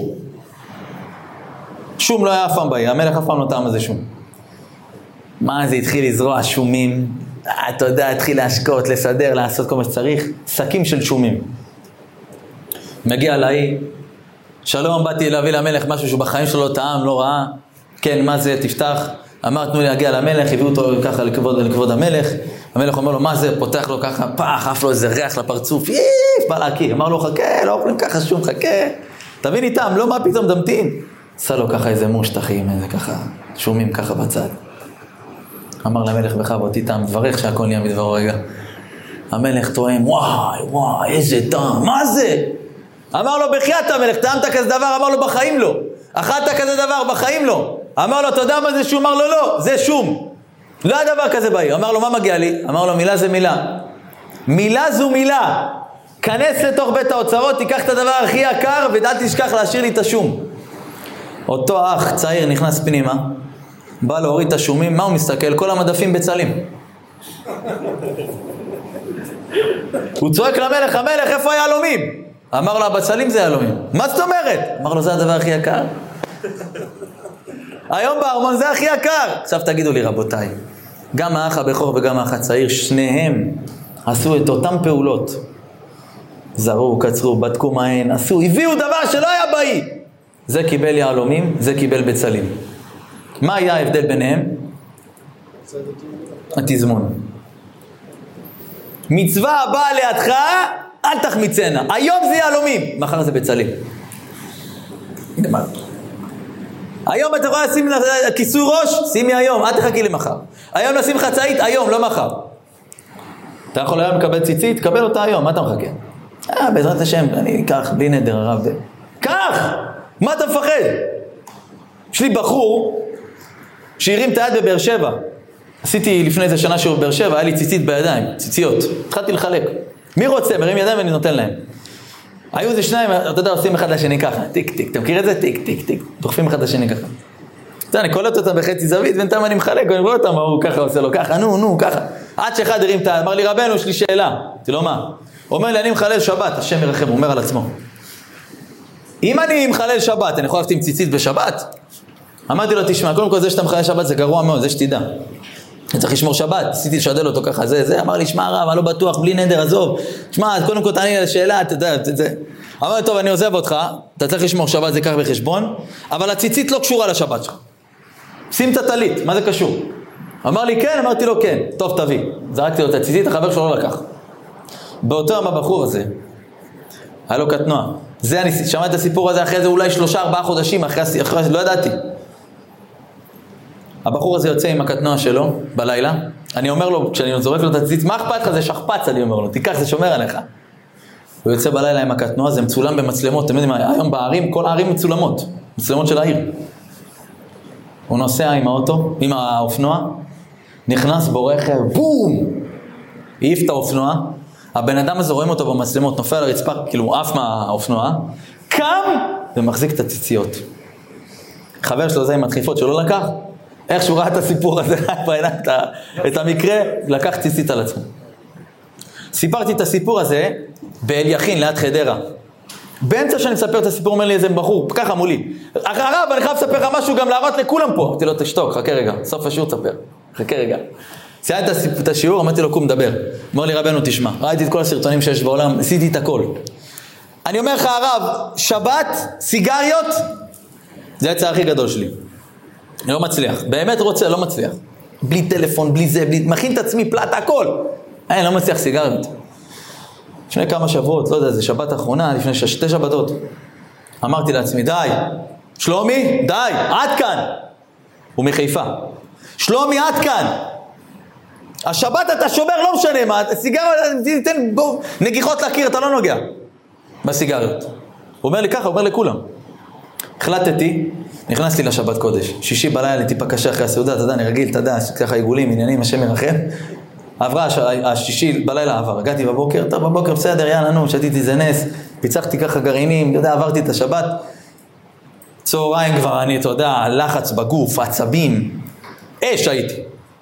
שום לא היה אף פעם באי, המלך אף פעם לא טעם הזה שום. מה זה התחיל לזרוע שומים? אתה יודע, התחיל להשקעות, לסדר, לעשות כל מה שצריך. שקים של שומים. מגיע לאי, שלום, באתי להביא למלך משהו שהוא בחיים שלו לא טעם, לא ראה. כן, מה זה? תפתח. אמר, תנו לי להגיע למלך, הביאו אותו ככה לכבוד, לכבוד המלך. המלך אומר לו, מה זה? פותח לו ככה, פח, אף לו איזה ריח לפרצוף. איף, בא להכיר. אמר לו, חכה, לא אוכלים ככה שום, חכה. תבין איתם, לא מה פתאום דמתין. עשה לו ככה איזה מושטחים, איזה ככה, שומים ככה בצד. אמר למלך בכבוד, איתם, דברך שהכל נהיה מדברו רגע. המלך טועם, וואי, וואי, איזה טעם, מה זה? אמר לו, בחייאת המלך, טעמת כזה דבר? אמר לו, בחיים לא. אכלת כזה דבר? בחיים לא. אמר לו, אתה יודע מה זה שום? אמר לו, לא, זה שום. לא היה דבר כזה בעיר. אמר לו, מה מגיע לי? אמר לו, מילה זה מילה. מילה זו מילה. כנס לתוך בית האוצרות, תיקח את הדבר הכי יקר, ואל תשכח להשאיר לי את השום. אותו אח צעיר נכנס פנימה, בא להוריד את השומים, מה הוא מסתכל? כל המדפים בצלים. הוא צועק למלך, המלך, איפה היהלומים? אמר לו, הבצלים זה יהלומים. מה זאת אומרת? אמר לו, זה הדבר הכי יקר. היום בארמון זה הכי יקר. עכשיו תגידו לי רבותיי, גם האח הבכור וגם האח הצעיר, שניהם עשו את אותם פעולות. זרו, קצרו, בדקו מהן, עשו, הביאו דבר שלא היה באי. זה קיבל יהלומים, זה קיבל בצלים. מה היה ההבדל ביניהם? התזמון. מצווה הבאה לידך, אל תחמיצנה. היום זה יהלומים, מחר זה בצלים. גמר. היום אתה יכול לשים כיסוי ראש, שימי היום, אל תחכי למחר. היום לשים חצאית, היום, לא מחר. אתה יכול היום לקבל ציצית, קבל אותה היום, מה אתה מחכה? אה, בעזרת השם, אני אקח, בלי נדר הרב. קח! מה אתה מפחד? יש לי בחור שהרים את היד בבאר שבע. עשיתי לפני איזה שנה שהוא בבאר שבע, היה לי ציצית בידיים, ציציות. התחלתי לחלק. מי רוצה? מרים ידיים ואני נותן להם. היו איזה שניים, אתה יודע, עושים אחד לשני ככה. טיק, טיק. אתה מכיר את זה? טיק, טיק, טיק. דוחפים אחד לשני ככה. אתה יודע, אני קולט אותם בחצי זווית, בינתיים אני מחלק, ואני רואה אותם, הוא ככה עושה לו ככה, נו, נו, ככה. עד שאחד הרים את היד, אמר לי, רבנו, יש לי שאלה. אמרתי לו, מה? הוא אומר לי, אני מחלל שבת, השם ירחם, הוא אומר על עצמו. אם אני מחלל שבת, אני יכול להפתים ציצית בשבת? אמרתי לו, תשמע, קודם כל זה שאתה מחלל שבת זה גרוע מאוד, זה שתדע. אני צריך לשמור שבת, עשיתי לשדל אותו ככה, זה, זה, אמר לי, שמע רב, אני לא בטוח, בלי נדר, עזוב. שמע, קודם כל תעני לי לשאלה, אתה יודע, זה. אמר לי, טוב, אני עוזב אותך, אתה צריך לשמור שבת, זה כך בחשבון, אבל הציצית לא קשורה לשבת שלך. שים את הטלית, מה זה קשור? אמר לי, כן, אמרתי לו, כן, טוב, תביא. זרקתי לו את הציצית, החבר שלו לא לקח. באותו יום הבחור הזה, היה לו קטנוע. זה, אני שמעתי את הסיפור הזה אחרי זה אולי שלושה, ארבעה חודשים, אחרי, אחרי, לא ידעתי. הבחור הזה יוצא עם הקטנוע שלו בלילה, אני אומר לו, כשאני זורק לו את הציץ, מה אכפת לך? זה שכפץ, אני אומר לו, תיקח, זה שומר עליך. הוא יוצא בלילה עם הקטנוע, זה מצולם במצלמות, אתם יודעים, היום בערים, כל הערים מצולמות, מצלמות של העיר. הוא נוסע עם האוטו, עם האופנוע, נכנס בו רכב, בום! העיף את האופנוע, הבן אדם הזה רואים אותו במצלמות, נופל על הרצפה, כאילו עף מהאופנוע, קם ומחזיק את הציציות. חבר שלו זה עם הדחיפות שלא לקח, איך שהוא ראה את הסיפור הזה, את המקרה, לקח ציצית על עצמו. סיפרתי את הסיפור הזה באליכין, ליד חדרה. באמצע שאני מספר את הסיפור, אומר לי איזה בחור, ככה מולי. הרב, אני חייב לספר לך משהו גם להראות לכולם פה. אמרתי לו, תשתוק, חכה רגע, סוף השיעור תספר. חכה רגע. סיימתי את השיעור, אמרתי לו, קום דבר. אמר לי, רבנו, תשמע, ראיתי את כל הסרטונים שיש בעולם, עשיתי את הכל. אני אומר לך, הרב, שבת, סיגריות, זה היצע הכי גדול שלי. אני לא מצליח, באמת רוצה, לא מצליח. בלי טלפון, בלי זה, בלי... מכין את עצמי, פלטה, הכל. אני לא מצליח סיגריות. לפני כמה שבועות, לא יודע, זה שבת האחרונה, לפני שתי שבתות. אמרתי לעצמי, די, שלומי, די, עד כאן. הוא מחיפה. שלומי, עד כאן. השבת אתה שובר, לא משנה מה, סיגריות, תיתן בו, נגיחות להכיר, אתה לא נוגע. בסיגריות. הוא אומר לי ככה, הוא אומר לכולם. החלטתי, נכנסתי לשבת קודש. שישי בלילה, טיפה קשה אחרי הסעודה, אתה יודע, אני רגיל, אתה יודע, ככה עיגולים, עניינים, השם ירחם. עברה, השישי בלילה עבר, הגעתי בבוקר, טוב בבוקר בסדר, יאללה נו, שתיתי זה נס, פיצחתי ככה גרעינים, אתה יודע, עברתי את השבת, צהריים כבר אני, אתה יודע, לחץ בגוף, עצבים, אש הייתי.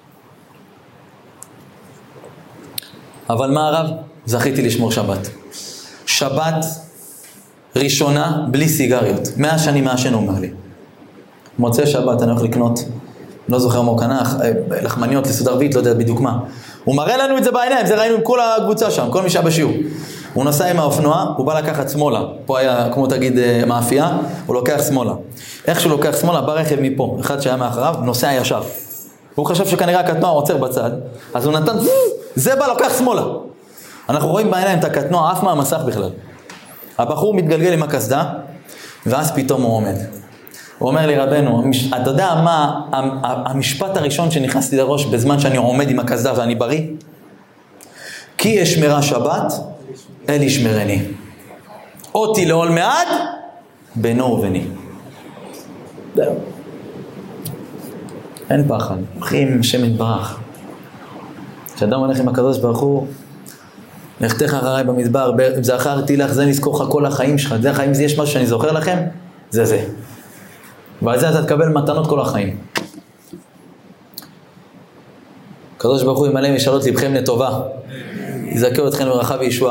אבל מה הרב? זכיתי לשמור שבת. שבת ראשונה בלי סיגריות, מאה שנים מעשן הוא אומר לי. מוצא שבת אני הולך לקנות, לא זוכר מה הוא קנה, לחמניות לסעודה ערבית, לא יודע בדיוק מה. הוא מראה לנו את זה בעיניים, זה ראינו עם כל הקבוצה שם, כל מי שהיה בשיעור. הוא נוסע עם האופנוע, הוא בא לקחת שמאלה. פה היה, כמו תגיד, מאפייה, הוא לוקח שמאלה. איך שהוא לוקח שמאלה, בא רכב מפה, אחד שהיה מאחריו, נוסע ישר. הוא חשב שכנראה הקטנוע עוצר בצד, אז הוא נתן, זה בא לוקח שמאלה. אנחנו רואים בעיניים את הקטנוע, אף מהמסך בכלל. הבחור מתגלגל עם הקסדה, ואז פתאום הוא עומד. הוא אומר לי, רבנו, אתה יודע מה המשפט הראשון שנכנסתי לראש בזמן שאני עומד עם הקסדה ואני בריא? כי ישמרה שבת, אל ישמרני. אותי לעול מעד, בינו וביני. זהו. אין פחד, הולכים השם יתברך. כשאדם הולך עם הקדוש ברוך הוא, לכתך אחריי במדבר, זכרתי לך, זה נזכור לך כל החיים שלך, זה החיים, זה יש משהו שאני זוכר לכם, זה זה. ועל זה אתה תקבל מתנות כל החיים. הקדוש ברוך הוא ימלא משאלות לבכם לטובה, יזכה אתכם ברכה וישועה.